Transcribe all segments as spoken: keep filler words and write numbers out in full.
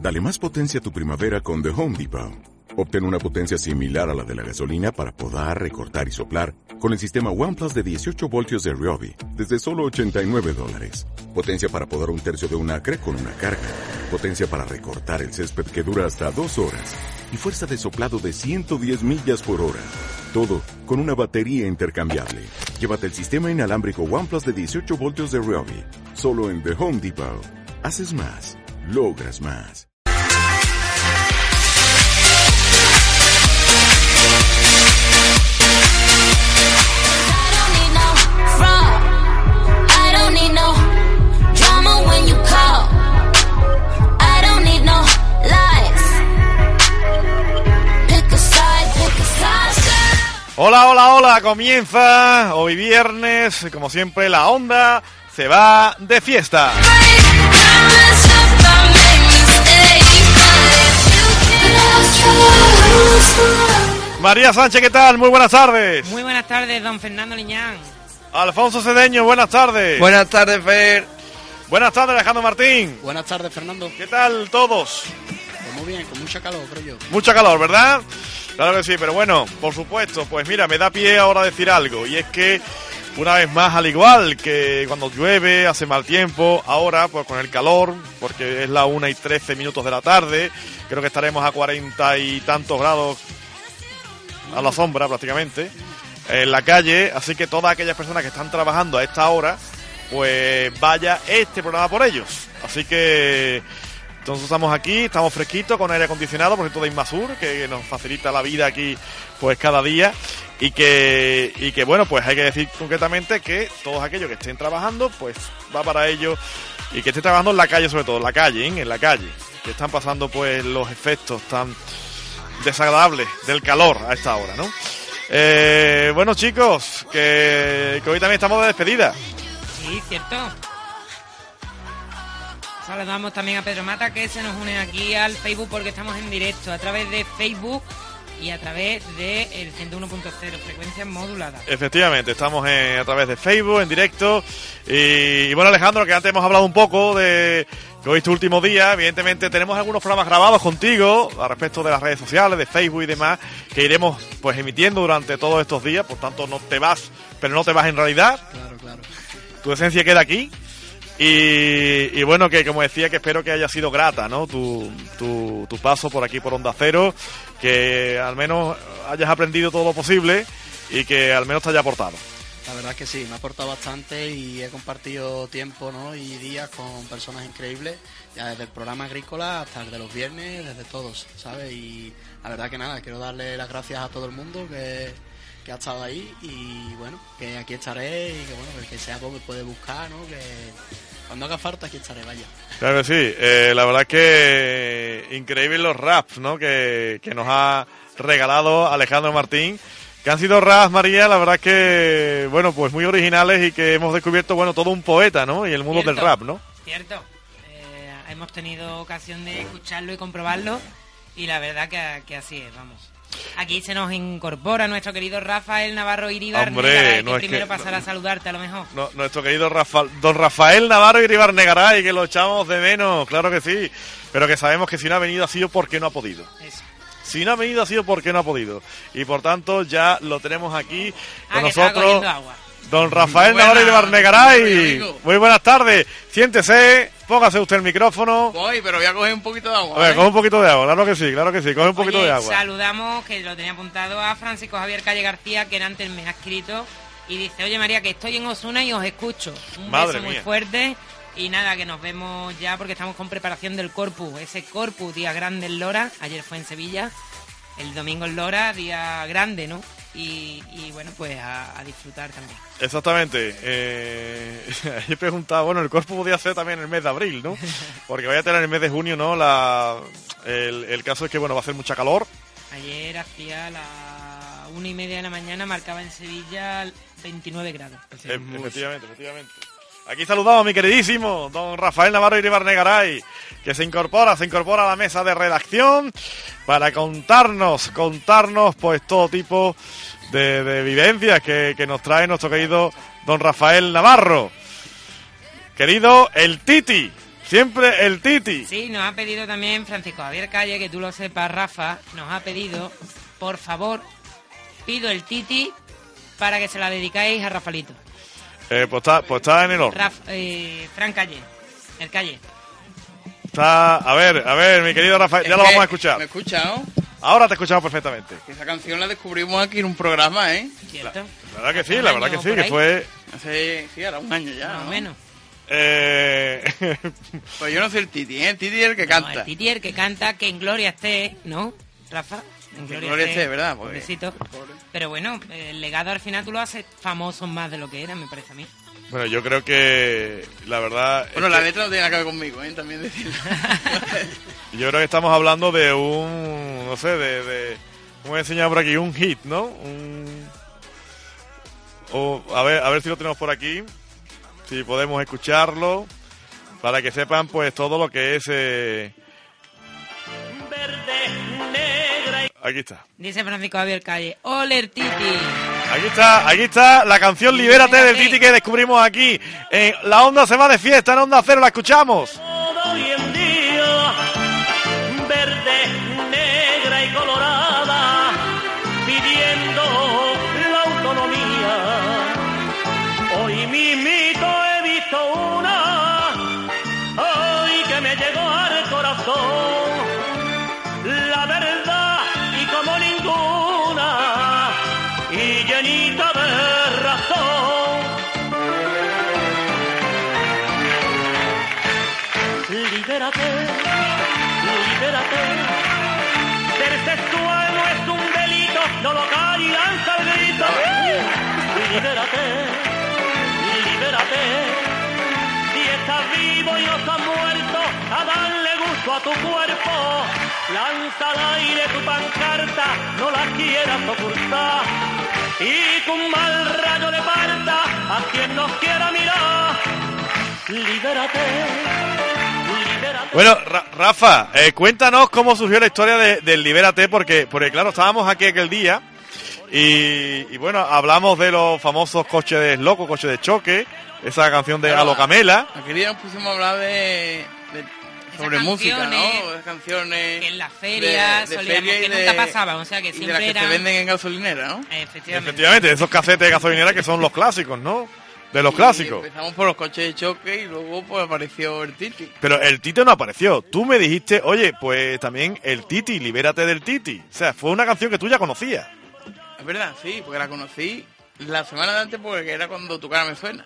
Dale más potencia a tu primavera con The Home Depot. Obtén una potencia similar a la de la gasolina para podar, recortar y soplar con el sistema OnePlus de dieciocho voltios de Ryobi desde solo ochenta y nueve dólares. Potencia para podar un tercio de un acre con una carga. Potencia para recortar el césped que dura hasta dos horas. Y fuerza de soplado de ciento diez millas por hora. Todo con una batería intercambiable. Llévate el sistema inalámbrico OnePlus de dieciocho voltios de Ryobi. Solo en The Home Depot. Haces más. Logras más. Hola, hola, hola, comienza hoy viernes, como siempre la onda se va de fiesta. María Sánchez, ¿qué tal? Muy buenas tardes. Muy buenas tardes, don Fernando Liñán. Alfonso Cedeño, buenas tardes. Buenas tardes, Fer. Buenas tardes, Alejandro Martín. Buenas tardes, Fernando. ¿Qué tal todos? Pues muy bien, con mucha calor, creo yo. Mucha calor, ¿verdad? Claro que sí, pero bueno, por supuesto, pues mira, me da pie ahora a decir algo, y es que una vez más, al igual que cuando llueve, hace mal tiempo, ahora pues con el calor, porque es la una y trece minutos de la tarde, creo que estaremos a cuarenta y tantos grados a la sombra prácticamente, en la calle, así que todas aquellas personas que están trabajando a esta hora, pues vaya este programa por ellos, así que... Entonces estamos aquí, estamos fresquitos con aire acondicionado, por ejemplo de Inmasur, que nos facilita la vida aquí pues cada día y que y que bueno, pues hay que decir concretamente que todos aquellos que estén trabajando, pues va para ellos y que estén trabajando en la calle, sobre todo en la calle, ¿eh? en la calle, que están pasando pues los efectos tan desagradables del calor a esta hora, ¿no? Eh, bueno chicos, que, que hoy también estamos de despedida. Sí, cierto. Saludamos también a Pedro Mata, que se nos une aquí al Facebook porque estamos en directo a través de Facebook y a través de el ciento uno punto cero, frecuencias moduladas. Efectivamente, estamos en, a través de Facebook, en directo. Y, y bueno, Alejandro, que antes hemos hablado un poco de que hoy es tu último día. Evidentemente tenemos algunos programas grabados contigo a respecto de las redes sociales, de Facebook y demás, que iremos pues emitiendo durante todos estos días. Por tanto, no te vas, pero no te vas en realidad. Claro, claro. Tu esencia queda aquí. Y, y bueno, que como decía, que espero que haya sido grata, ¿no? Tu, tu, tu paso por aquí por Onda Cero, que al menos hayas aprendido todo lo posible y que al menos te haya aportado. La verdad es que sí, me ha aportado bastante y he compartido tiempo, ¿no? y días con personas increíbles, ya desde el programa agrícola hasta el de los viernes, desde todos, ¿sabes? Y la verdad que nada, quiero darle las gracias a todo el mundo que, que ha estado ahí y bueno, que aquí estaré y que bueno, que el que sea poco me puede buscar, ¿no? Que cuando haga falta aquí estaré, vaya. Claro que sí, eh, la verdad es que increíbles los raps, ¿no? Que, que nos ha regalado Alejandro Martín, que han sido raps, María, la verdad es que, bueno, pues muy originales y que hemos descubierto, bueno, todo un poeta, ¿no? Y el mundo Cierto, del rap, ¿no? Cierto, eh, hemos tenido ocasión de escucharlo y comprobarlo y la verdad que, que así es, vamos. Aquí se nos incorpora nuestro querido Rafael Navarro Iribar Negaray, que no primero que, pasará no, a saludarte a lo mejor. No, nuestro querido Rafa, don Rafael Navarro Iribar Negaray, que lo echamos de menos, claro que sí, pero que sabemos que si no ha venido ha sido porque no ha podido. Eso. Si no ha venido ha sido porque no ha podido. Y por tanto ya lo tenemos aquí ah, con que nosotros. Agua. Don Rafael Buena, Navarro Iribar Negaray. amigo. Muy buenas tardes. Siéntese, póngase usted el micrófono. Voy, pero voy a coger un poquito de agua. A ver, ¿eh? coge un poquito de agua, claro que sí, claro que sí, coge un poquito Oye, de agua. Saludamos, que lo tenía apuntado, a Francisco Javier Calle García, que antes me ha escrito y dice: oye María, que estoy en Osuna y os escucho. Un Madre beso muy mía. fuerte. Y nada, que nos vemos ya porque estamos con preparación del Corpus. Ese Corpus, día grande en Lora. Ayer fue en Sevilla. El domingo en Lora, día grande, ¿no? Y, y bueno, pues a, a disfrutar también. Exactamente. Eh, he preguntado, bueno, el cuerpo podía ser también en el mes de abril, ¿no? Porque vaya a tener en el mes de junio, ¿no? La, el, el caso es que, bueno, va a hacer mucha calor. Ayer hacía la una y media de la mañana, marcaba en Sevilla veintinueve grados. E- efectivamente, efectivamente. Aquí saludamos a mi queridísimo don Rafael Navarro Iribar Negaray, que se incorpora, se incorpora a la mesa de redacción para contarnos, contarnos pues todo tipo de, de vivencias que, que nos trae nuestro querido don Rafael Navarro. Querido el Titi, Siempre el Titi. Sí, nos ha pedido también Francisco Javier Calle, que tú lo sepas, Rafa, nos ha pedido, por favor, pido el Titi para que se la dedicáis a Rafalito. Eh, pues, está, pues está en el horno. Raf, eh, Fran Calle, el Calle. Está, a ver, a ver, mi querido Rafael, ya Es lo que vamos a escuchar. ¿Me escucha, no? Ahora te escuchamos perfectamente. Esa canción la descubrimos aquí en un programa, ¿eh? ¿Cierto? La verdad que sí, Un la verdad año que sí, por que ahí. fue... Hace, sí, ahora un año ya, Más ¿no? o menos. Eh... Pues yo no soy el Titi, ¿eh? El Titi es el que No, canta. el Titi, el que canta, que en gloria esté, ¿no, Rafa? En Que en gloria esté, ¿verdad? Porque- Pobrecito. Pero bueno, el legado al final tú lo haces famoso más de lo que era, me parece a mí. Bueno, yo creo que la verdad... es Bueno, la que letra no tiene nada que ver conmigo, ¿eh? También decirlo. yo creo que estamos hablando de un... No sé, de... de ¿cómo he enseñado por aquí? Un hit, ¿no? Un... O, a ver, a ver si lo tenemos por aquí. Si podemos escucharlo. Para que sepan, pues, todo lo que es... Eh... Aquí está. Dice Francisco Javier Calle, ¡Oler Titi! Aquí está, aquí está la canción Libérate del Titi que descubrimos aquí. En La Onda se va de fiesta, en Onda Cero la escuchamos. Hoy en día, verde, negra y colorada, pidiendo la autonomía. Hoy mismito he visto una, hoy que me llegó al corazón, la verdad y como ninguna, y llenita de razón. Libérate, libérate, ser sexual no es un delito, no lo calles y lanza el grito. Libérate, libérate, si estás vivo y no estás muerto, a darle gusto a tu cuerpo. Lanza al aire tu pancarta, no la quieras ocultar, y con un mal rayo le parta a quien nos quiera mirar. Libérate. Bueno, Ra- Rafa, eh, cuéntanos cómo surgió la historia de, del Libérate, porque, porque claro, estábamos aquí aquel día y, y bueno, hablamos de los famosos coches locos, coches de choque, esa canción de Claro, Alo Camela. Aquel día nos pusimos a hablar de, de- sobre Esas música, canciones ¿no? De canciones. Que en las ferias de- de solíamos, feria y que de- nunca pasaban, o sea que y de siempre las que eran... se venden en gasolinera, ¿no? Efectivamente. Efectivamente, esos casetes de gasolinera que son los clásicos, ¿no? De los Y clásicos. Empezamos por los coches de choque y luego pues apareció el Titi. Pero el Titi no apareció. Tú me dijiste, oye, pues también el Titi, Libérate del Titi. O sea, fue una canción que tú ya conocías. Es verdad, sí, porque la conocí la semana de antes porque era cuando Tu cara me suena.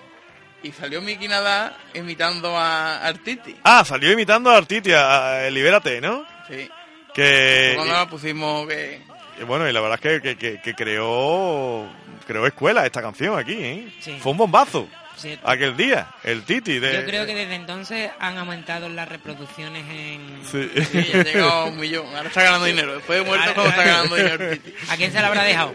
Y salió Miki Nadal imitando a, al Titi. Ah, salió imitando al Titi, a, a Libérate, ¿no? Sí. Que... Cuando la pusimos que... Y bueno, y la verdad es que, que, que, que creó creó escuela esta canción aquí, ¿eh? Sí. Fue un bombazo Sí. aquel día, el Titi. De, Yo creo que desde entonces han aumentado las reproducciones en... Sí. Sí, ya llegó a un millón. Ahora está ganando dinero. Después de muerto cuando está ganando dinero el Titi. ¿A quién se la habrá dejado?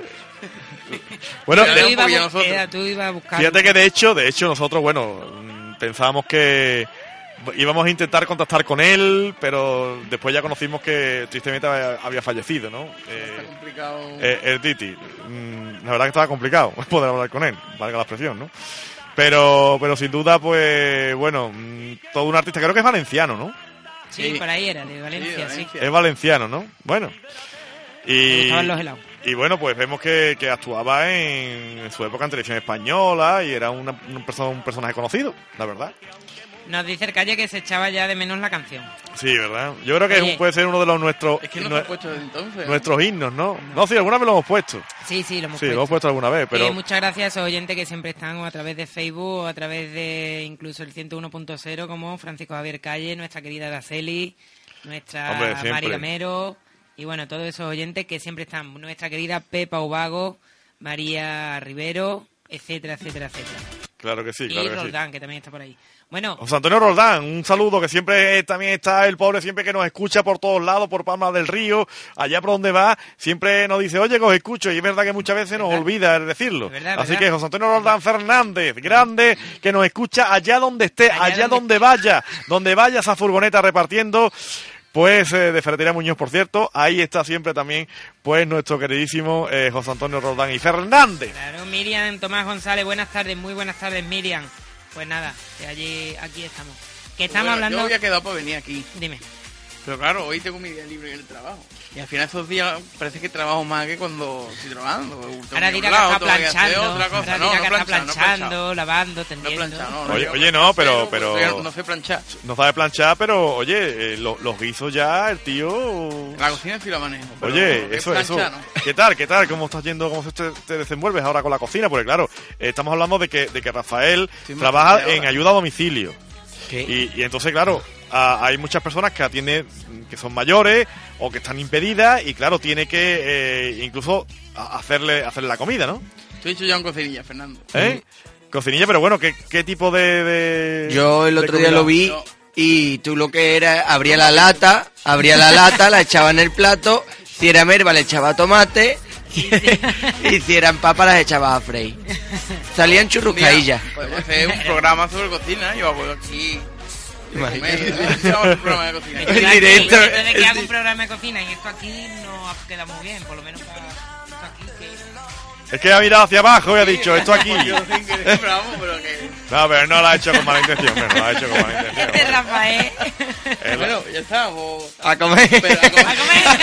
Bueno, Ya Tú le- de- ibas a porque bu- nosotros- era, tú ibas a buscar... fíjate que de hecho, de hecho nosotros, bueno, mm, pensábamos que íbamos a intentar contactar con él, pero después ya conocimos que tristemente había, había fallecido, ¿no? Eh, Está complicado. eh, el Titi. Mm, la verdad que estaba complicado poder hablar con él, valga la expresión, ¿no? Pero, pero sin duda, pues, bueno, mm, todo un artista, creo que es valenciano, ¿no? Sí, Sí. por ahí era, de Sí, Valencia, de sí. Valencia. Es valenciano, ¿no? Bueno. Me Y, gustaban los helados. y bueno, pues vemos que, que actuaba en, en su época en televisión española y era una, un, perso- un personaje conocido, la verdad. Nos dice el Calle que se echaba ya de menos la canción. Sí, ¿verdad? Yo creo que es Oye. un- puede ser uno de los nuestros Es que no nue- se ha puesto desde entonces. ¿no? nuestros himnos, ¿no? No, sí, alguna vez lo hemos puesto. Sí, sí, lo hemos Sí, lo puesto. hemos puesto alguna vez, pero... Eh, muchas gracias a esos oyentes que siempre están o a través de Facebook o a través de incluso el ciento uno punto cero, como Francisco Javier Calle, nuestra querida Araceli, nuestra Hombre, siempre. Mari Gamero y bueno, todos esos oyentes que siempre están, nuestra querida Pepa Ubago, María Rivero, etcétera, etcétera, etcétera. Claro que sí, y claro que sí. Roldán, que también está por ahí. Bueno, José Antonio Roldán, un saludo, que siempre eh, también está el pobre, siempre que nos escucha por todos lados, por Palma del Río, allá por donde va, siempre nos dice, oye, que os escucho, y es verdad que muchas veces nos ¿Verdad? olvida decirlo. Es verdad, Así verdad. que José Antonio Roldán Fernández, grande, que nos escucha allá donde esté, Allá allá, donde donde vaya, donde vaya esa furgoneta repartiendo, pues eh, de Ferretería Muñoz, por cierto, ahí está siempre también, pues nuestro queridísimo eh, José Antonio Roldán y Fernández. claro, Miriam Tomás González, buenas tardes, muy buenas tardes, Miriam. Pues nada, que allí, aquí estamos. Que estamos Bueno, hablando... Yo había quedado para venir aquí. Dime. Pero claro, hoy tengo mi día libre en el trabajo. Y al final esos días parece que trabajo más que cuando estoy trabajando. Tengo Ahora que dirá ir que a un está lado, tengo que hacer planchando. otra cosa. Ahora No, dirá no que está planchado, no planchando, planchado. lavando, No he tendiendo. planchado, no, no, Oye, yo- oye, no, pero- pero- yo No sé planchar. No sabe planchar, pero oye, eh, lo- los guisos ya, el tío... La cocina sí la manejo. pero Oye, lo que es eso, eso. planchar, ¿no? ¿Qué tal? ¿Qué tal? ¿Cómo estás yendo? ¿Cómo te, te desenvuelves ahora con la cocina? Porque claro, eh, estamos hablando de que, de que Rafael Estoy más trabaja tranquila en ahora. ayuda a domicilio. ¿Qué? Y, y entonces, claro, a- hay muchas personas que atienden, que son mayores o que están impedidas y claro, tiene que eh, incluso a- hacerle, hacerle la comida, ¿no? Estoy hecho ya en cocinilla, Fernando. ¿Eh? Cocinilla, pero bueno, ¿qué, qué tipo de, de- Yo el de otro día comida? lo vi No. y tú lo que era, abría la lata, abría la lata, la echaba en el plato, si era merva le echaba tomate y si eran papas las echaba a freír. Salían churruscaillas. Podemos hacer un programa sobre cocina. Yo hago aquí. Imagínate. Hacemos un programa de cocina. Esto El de aquí- directo, esto de que el hago di- un programa de cocina y esto aquí no queda muy bien, por lo menos para esto aquí que... Es que ha mirado hacia abajo y ha dicho, esto aquí. Yo sin querer, pero vamos, pero que... No, pero no lo ha hecho con mala intención, pero no lo ha hecho con mala intención. Este es Rafael. Es la- Bueno, ya está. vos- A comer. Pero a comer. A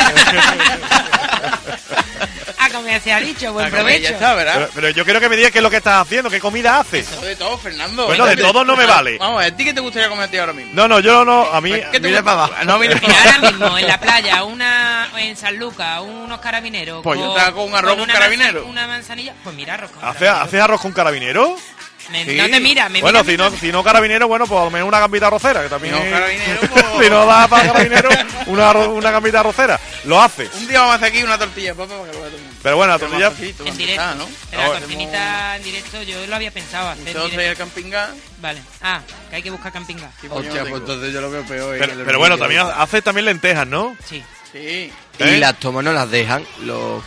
comer. A comer se ha dicho, buen A comer, provecho. ya está, ¿verdad? Pero, pero yo quiero que me digas qué es lo que estás haciendo, qué comida haces. Eso de todo, Fernando. Bueno, de todo no me vale. Vamos, ¿a ti qué te gustaría comer a ti ahora mismo? No, no, yo no, a mí... ¿Qué te mira gusta? para abajo. No, mira para Mira, abajo. ahora mismo en la playa, una en San Lucas, unos carabineros. Pues yo te hago un arroz con una carabinero. manza- Una manzanilla. Pues mira, arroz con ¿Haces, carabinero. ¿Haces arroz con carabinero? Me- Sí. No te mira, me Bueno, mira si no, mucho. si no carabinero, bueno, pues al menos una gambita arrocera, que también... Si no es- carabinero, pues- si no da para carabinero, una, arro- una gambita arrocera. Lo haces. Un día vamos a hacer aquí una tortilla de papa para que lo vea todo el mundo. Pero bueno, la Pero tortilla... más facilito, En más directo. empezar, ¿no? En la Ahora- cocinita en directo yo lo había pensado hacer. en Entonces directo. el camping gas. Vale. Ah, que hay que buscar camping gas. Sí, pues yo Hostia, no pues tengo. entonces yo lo veo peor. ¿eh? Pero, Que le pero bueno, metí también ahí. haces también lentejas, ¿no? Sí. Sí. Y ¿Eh? las tomas no las dejan. Lo...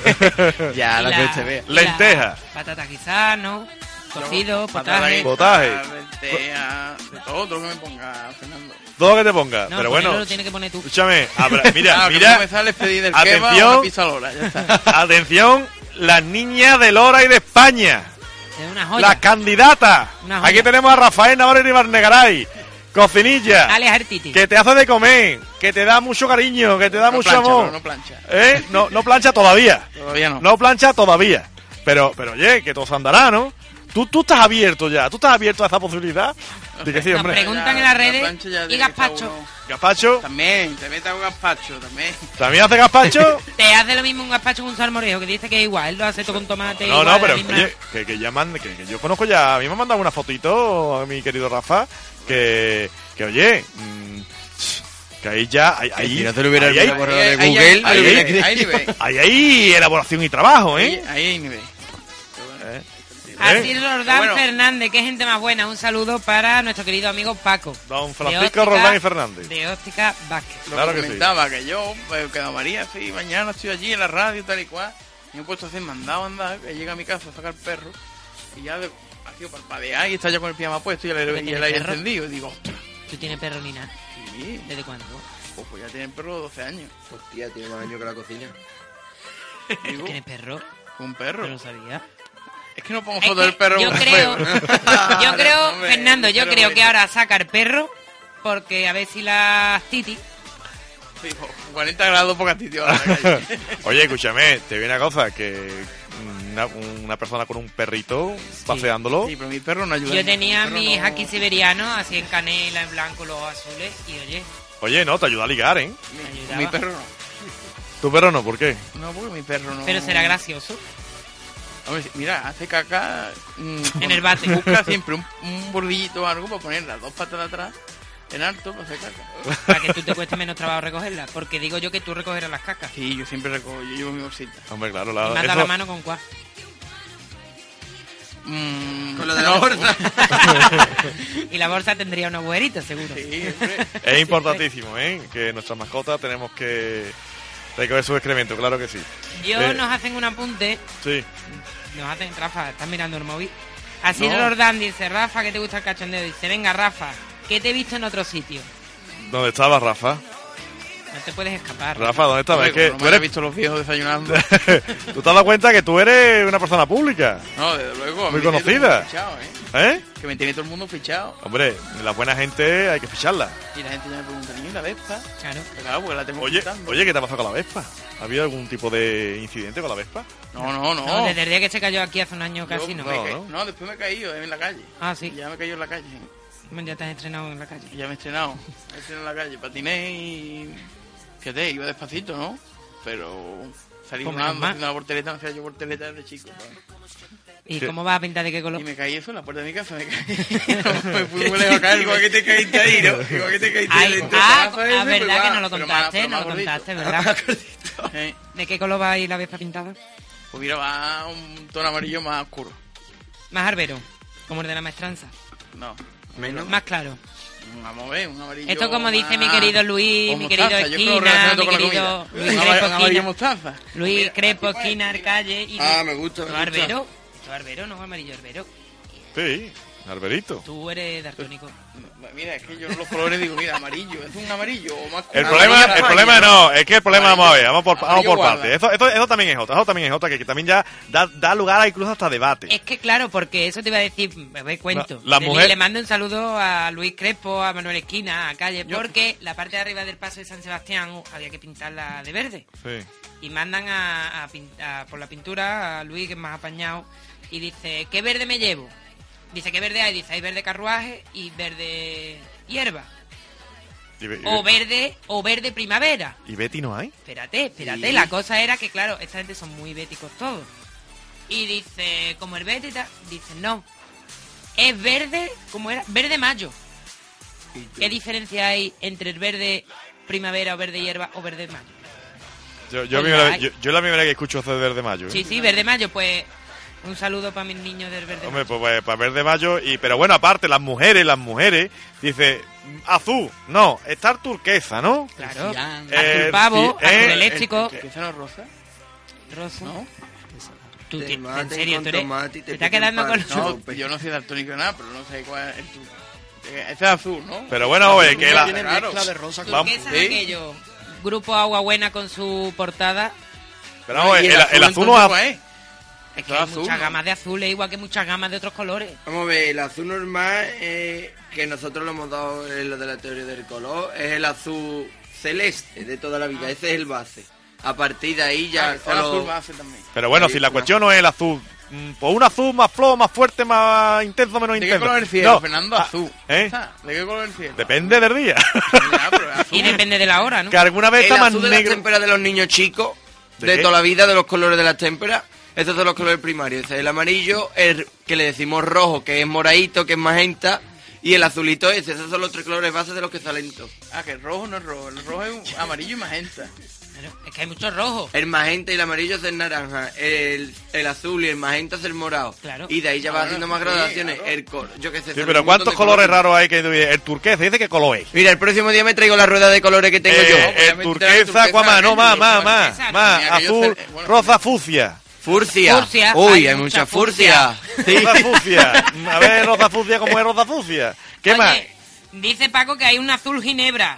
ya, Y la la- que usted vea. y la Lentejas. Patata quizás, ¿no? Cocido, Patata potaje. Potaje. lentejas, de todo, todo lo que me ponga, Fernando. Todo lo que te ponga. No, pero ponerlo bueno, lo tienes que poner tú. escúchame, abra- mira, Claro, que mira, no me sale pedir del atención. kebab una pizza Lola, ya está. atención, las niñas de Lora y de España. Es una joya. Las candidatas. Una joya. Aquí tenemos a Rafael Navarro y Barnegaray. Cocinilla. Alex Artiti. Que te hace de comer. Que te da mucho cariño. Que te da No mucho plancha, amor. no, no plancha. ¿Eh? No, no plancha todavía. Todavía no. No plancha todavía. Pero, pero oye, que todo se andará, ¿no? Tú, tú estás abierto ya. Tú estás abierto a esa posibilidad. De que sí, Nos hombre. preguntan Ya, en las la redes. plancha ya Y tiene que estar gazpacho. uno- Gazpacho. También, te metes con gazpacho, también. ¿También hace gazpacho? Te hace lo mismo un gazpacho con un salmorejo, que dice que es igual. Él lo hace todo con tomate. No, igual, no, pero la misma- oye, que, que ya mande, que, que yo conozco ya, a mí me han mandado una fotito, a mi querido Rafa, que, que oye, mmm, que ahí ya, ahí, ahí, si no te lo hubiera ahí, hay, olvidado por Ahí- de ahí- Google, ahí- ahí- ahí- ahí- ahí nivel. ahí hay elaboración y trabajo, Ahí ¿eh? ahí hay nivel. ¿Eh? Así Roldán Bueno. Fernández, qué gente más buena. Un saludo para nuestro querido amigo Paco. Don de Francisco Óptica- Roldán y Fernández. De Óptica Vázquez. Lo Claro que que sí. comentaba, que yo, pues, que Don María, sí, mañana estoy allí en la radio, tal y cual. Y me he puesto a hacer mandado a andar, que llega a mi casa a sacar perro. Y ya de, ha sido parpadear y está ya con el pijama puesto y el, ¿Pero y tiene el aire perro? encendido. Y digo, ostras, ¿Tú tienes perro ni nada? sí, ¿Desde cuándo? pues, pues ya tiene el perro de doce años. Hostia, tiene más años que la cocina. Digo, ¿Tienes perro? un perro. No lo sabía. Es que no pongo Es foto que del perro. yo como creo, feo. yo creo, Hombre, Fernando, yo pero creo que- que ahora saca el perro porque a ver si las titi. Digo, cuarenta grados poca tío a la calle. Oye, escúchame, te viene una cosa, que una, una persona con un perrito paseándolo, Sí, pero mi perro no ayuda. Yo tenía Mi perro mis no- aquí siberianos, así en canela, en blanco, los azules, y oye, oye, no, te ayuda a ligar, ¿eh? me Mi, ayudaba. mi perro no. Tu perro no, ¿por qué? No, porque mi perro no. Pero será gracioso. Hombre, mira, hace caca. mm, En el bate. Busca siempre un, un bordillito o algo para poner las dos patas de atrás en alto para hacer caca. Para que tú te cueste menos trabajo recogerlas. Porque digo yo que tú recogerás las cacas. Sí, yo siempre recojo, yo llevo mi bolsita. Hombre, claro, Y la, me has dado eso- la mano con cuál. Mm, Con lo de la no, bolsa. Y la bolsa tendría unos agujeritos, seguro. Sí, hombre. es importantísimo, ¿eh? Que nuestras mascotas tenemos que recoger sus excrementos, claro que sí. Yo Eh. nos hacen un apunte. Sí. Nos hacen, Rafa, estás mirando el móvil. Así No. Roldán dice, Rafa, que te gusta el cachondeo. Dice, venga, Rafa, que te he visto en otro sitio. ¿Dónde estaba Rafa? No te puedes escapar. Rafa, ¿dónde estás? Es que no tú me eres... he visto los viejos desayunando. ¿Tú te has dado cuenta que tú eres una persona pública? No, desde luego. a Muy mí me tiene todo el conocida. mundo fichado, ¿eh? ¿Eh? Que me tiene todo el mundo fichado. Hombre, la buena gente hay que ficharla. Y la gente ya me pregunta, ¿y la Vespa? Claro. Pero claro, porque la tengo Oye, pintando. oye, ¿qué te ha pasado con la Vespa? ¿Ha habido algún tipo de incidente con la Vespa? No, no, no. No, desde el día que se cayó aquí hace un año Yo casi, no. me No, caí- ¿no? no, después me he caído en la calle. Ah, sí. Y ya me he caído en la calle. Ya te has estrenado en la calle. Y ya me he estrenado. Me he estrenado en la calle. Patiné y... Fíjate, iba despacito, ¿no? Pero... Salí Pues una menos mal. haciendo la porteleta, me hacía yo porteleta desde chico. ¿sabes? ¿Y Sí. cómo vas a pintar de qué color? Y me caí eso en la puerta de mi casa, me caí. me fui muy lejos a caer, igual que te caíste ahí, ¿no? Igual que te caíste Ay, dentro ah, del pedazo ah, ese, verdad pues que va, no lo pero contaste, más- no lo pero más contaste, gordito. ¿verdad? Eh, ¿De qué color va a ir la Vespa pintada? Pues mira, va un tono amarillo más oscuro. Más arbero, como el de la maestranza. No, Menos. Más claro. vamos a ver, un amarillo. Esto como dice mi más- querido Luis, o mi mostaza, querido yo creo Esquina, relacionado mi con la querido comida. Luis Un Crespo amarillo Esquina, mostaza. Luis Mira, Crespo aquí, pues. Esquina Arcalle y Ah, me gusta, me ¿Esto gusta. arbero? ¿Esto es arbero? No, amarillo arbero. Sí, Alberito. Tú eres daltónico. Mira, es que yo los colores digo, mira, amarillo, es un amarillo o más El oscuro. problema, Amarillo el España, problema no, es que el problema, Amarillo- vamos a ver, vamos por, vamos amarillo por guarda. partes. Eso, esto- eso también es otra, eso también es otra, que, que también ya da, da lugar a incluso hasta debate. Es que claro, porque eso te iba a decir, me voy cuento. La- la Le- mujer- Le mando un saludo a Luis Crespo, a Manuel Esquina, a Calle, Yo- porque la parte de arriba del paso de San Sebastián uh, había que pintarla de verde. Sí. Y mandan a, a pin- a- por la pintura a Luis, que es más apañado, y dice, ¿qué verde me llevo? Dice, ¿qué verde hay? Dice, hay verde carruaje y verde hierba. Y, Be- y O Be- verde, o verde primavera. ¿Y Betty no hay? Espérate, espérate, Sí. la cosa era que, claro, esta gente son muy béticos todos. Y dice, como el verde y tal, dice, no, es verde, ¿cómo era? Verde mayo. ¿Qué diferencia hay entre el verde primavera o verde hierba o verde mayo? Yo, yo, Pues primera la vez- hay. yo, yo la primera vez que escucho hacer Verde Mayo. ¿eh? Sí, sí, verde mayo, pues un saludo para mis niños del verde Hombre, mayo. pues, pues, para Verde Mayo, y, pero bueno, aparte, las mujeres, las mujeres, dice, azul, no, estar turquesa, ¿no? Claro, Cian. azul Eh, pavo, sí, azul eh, eléctrico, ¿Qué es no rosa? rosa. ¿No? Tú, Te ti- en maten serio, con tú eres- tomate y te te está piquen quedando con... pan. No, Chupe. yo no soy daltónico de nada, pero no sé cuál es el tu... Eh, Ese es azul, ¿no? Pero bueno, oye, que la... Tiene Claro. mezcla de rosa con... Vamos. ¿Qué es ¿Sí? aquello? Grupo Agua Buena con su portada. Pero vamos, ¿Y el, el azul no entonces es cuál es? Es que Todo hay azul, muchas ¿no? gamas de azules, igual que muchas gamas de otros colores. Vamos a ver, el azul normal, eh, que nosotros lo hemos dado en lo de la teoría del color, es el azul celeste de toda la vida, ese es el base. A partir de ahí ya... Ah, el color- azul base también. Pero bueno, Sí, si la una- cuestión no es el azul, mm, pues un azul más flojo, más fuerte, más intenso, menos ¿De qué intenso. color es el cielo, No, Fernando? ah, Azul. ¿eh? Está, ¿De qué color es el cielo? Depende del día. Ya, pero es azul. Y depende de la hora, ¿no? Que alguna vez El está más azul de las negro. témperas de los niños chicos, ¿De de, qué? toda la vida, de los colores de las témperas. Estos son los colores primarios. Ese es el amarillo, el que le decimos rojo, que es moradito, que es magenta, y el azulito ese. Esos son los tres colores bases de los que salen todos. Ah, que el rojo no es rojo. El rojo es un amarillo y magenta. Claro, es que hay muchos rojos. El magenta y el amarillo es el naranja, el, el azul y el magenta es el morado. Claro. Y de ahí ya Ah, va bueno, haciendo más sí, gradaciones. claro. El col- yo qué sé. Sí, salen pero un ¿cuántos montón de colores raros hay que dice? El turquesa, dice que color es. Mira, el próximo día me traigo la rueda de colores que tengo Eh, yo. el obviamente, turquesa, turquesa, ¿cuál más? No, más, más, más, turquesa, más. tenía que yo Azul, ser- bueno, rosa, fucsia. Furcia. Furcia, Uy, hay hay, mucha mucha furcia. Rosa fucsia. A ver, rosa fucsia, ¿cómo es rosa fucsia? ¿Qué Oye, más? dice Paco que hay un azul ginebra.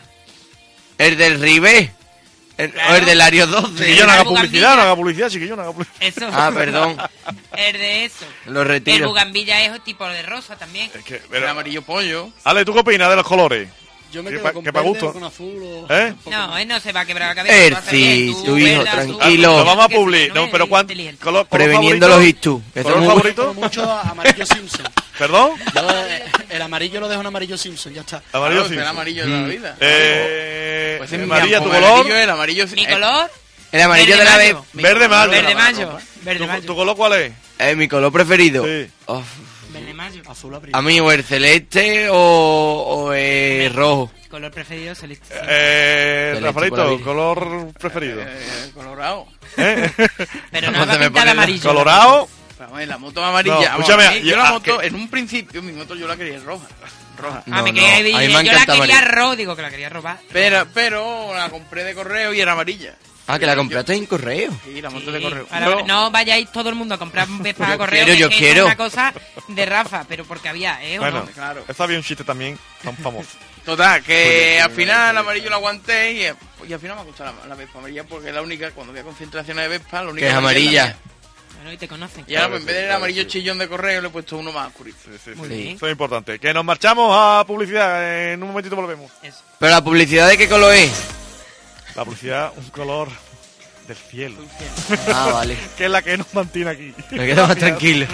El del Ribé. El- Claro. O el del Ario doce. Chiquillo, no haga el publicidad, bugambilla. no haga publicidad, chiquillo, no haga publicidad. Eso. Ah, perdón. El de eso. Lo El retiro. bugambilla es tipo de rosa también. Es que, El pero, amarillo pollo. Ale, ¿tú qué opinas de los colores? Yo me ¿Qué quedo pa- con qué pa' verde gusto? o con azul o... ¿Eh? un poco No, más. él no se va a quebrar la cabeza. lo hace bien, Erci, tú, tu hijo, verde, azul, tranquilo. azul, Vamos a que publi. no No, es pero ¿cuánto? inteligente. Color, color Preveniendo favorito? los histú. Eso ¿Color es muy- favorito? Por mucho amarillo Simpson. ¿Perdón? Yo, eh, el amarillo lo dejo en amarillo Simpson, ya está. Amarillo Claro, sí. es el amarillo de la vida. Eh, Pues es mi María, ¿tu el color? amarillo, el amarillo Mi eh, color, El amarillo Verde de la vez. mayo. Verde mayo. verde mayo. Verde ¿Tu, mayo. tu color cuál es? Es mi color preferido. Sí. Uf. Verde mayo. Azul abrigo. A mí o el celeste o, o el rojo. Color preferido, celeste. Eh, Celeste Rafaelito, por la color preferido. eh, colorado. ¿Eh? Pero ¿Cómo no va se a me pintar pone la- amarillo. Colorado. Vamos, en la moto amarilla. No, vamos, escúchame, a ver, yo yo- la ah, moto, que- en un principio, mi moto yo la quería roja. Roja. Ah, me No, quería no, ir- a mí me yo la encanta quería amarillo. rojo, digo que la quería robar. Pero, pero la compré de correo y era amarilla. Ah, que la compraste en correo. Sí, la moto Sí, de correo. para- Yo- no vayáis todo el mundo a comprar un Vespa a Yo correo. quiero, yo que quiero. Es una cosa de Rafa, pero porque había, ¿eh? ¿o Bueno, no? claro. eso había un chiste también tan famoso. Total, que al final el amarillo lo aguanté y eh, y al final me ha gustado la, la Vespa amarilla porque es la única, cuando voy a concentraciones de Vespa, la única Que es amarilla. Bueno, y te conocen. Y ahora, Claro, en vez sí, del claro, amarillo sí. chillón de correo, le he puesto uno más oscurito. Sí, sí, Muy sí. bien. Eso es importante. Que nos marchamos a publicidad. En un momentito volvemos. Eso. Pero la publicidad, ¿de qué color es? La publicidad, un color del cielo. Ah, vale. Que es la que nos mantiene aquí. Me quedo más tranquilo.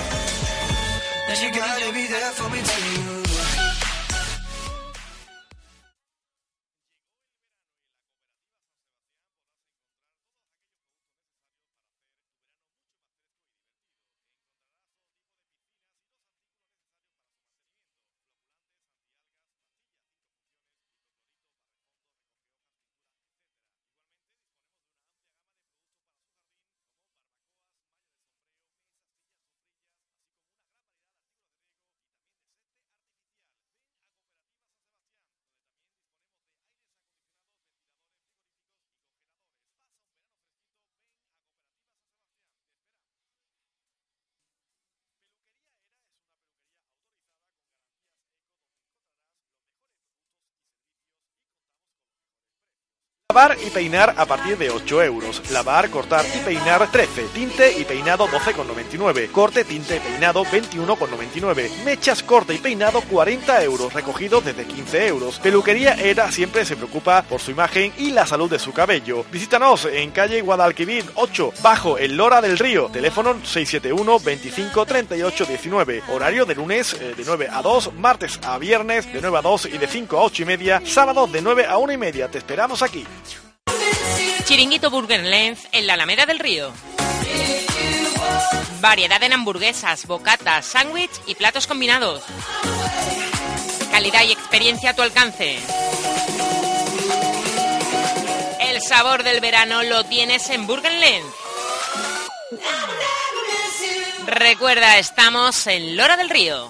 Lavar y peinar a partir de ocho euros. Lavar, cortar y peinar trece. Tinte y peinado doce con noventa y nueve. Corte, tinte y peinado veintiuno con noventa y nueve. Mechas, corte y peinado cuarenta euros. Recogido desde quince euros. Peluquería Era siempre se preocupa por su imagen y la salud de su cabello. Visítanos en calle Guadalquivir ocho, bajo el Lora del Río. Teléfono seiscientos setenta y uno veinticinco treinta y ocho diecinueve. Horario de lunes eh, de nueve a dos, martes a viernes de nueve a dos y de cinco a ocho y media. Sábado de nueve a una y media. Te esperamos aquí. Chiringuito Burger Lens en la Alameda del Río. Variedad en hamburguesas, bocatas, sándwich y platos combinados. Calidad y experiencia a tu alcance. El sabor del verano lo tienes en Burger Lens. Recuerda, estamos en Lora del Río.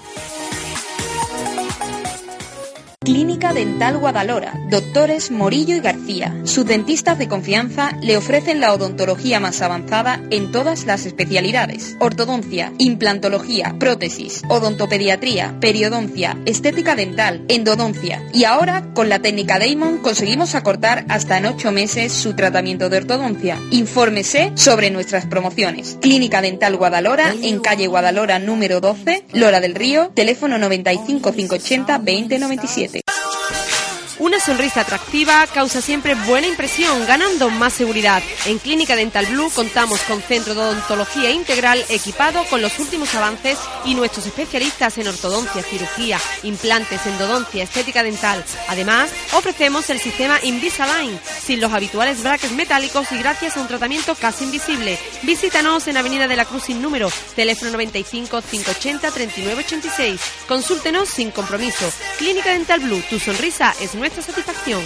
Clínica Dental Guadalhora, doctores Morillo y García. Sus dentistas de confianza le ofrecen la odontología más avanzada en todas las especialidades: ortodoncia, implantología, prótesis, odontopediatría, periodoncia, estética dental, endodoncia. Y ahora, con la técnica Damon, conseguimos acortar hasta en ocho meses su tratamiento de ortodoncia. Infórmese sobre nuestras promociones. Clínica Dental Guadalhora, en calle Guadalhora número doce, Lora del Río, teléfono noventa y cinco cinco ochenta veinte noventa y siete. Una sonrisa atractiva causa siempre buena impresión, ganando más seguridad. En Clínica Dental Blue contamos con centro de odontología integral equipado con los últimos avances y nuestros especialistas en ortodoncia, cirugía, implantes, endodoncia, estética dental. Además, ofrecemos el sistema Invisalign, sin los habituales brackets metálicos y gracias a un tratamiento casi invisible. Visítanos en Avenida de la Cruz sin número, teléfono noventa y cinco cinco ochenta treinta y nueve ochenta y seis. Consúltenos sin compromiso. Clínica Dental Blue, tu sonrisa es nuestra satisfacción.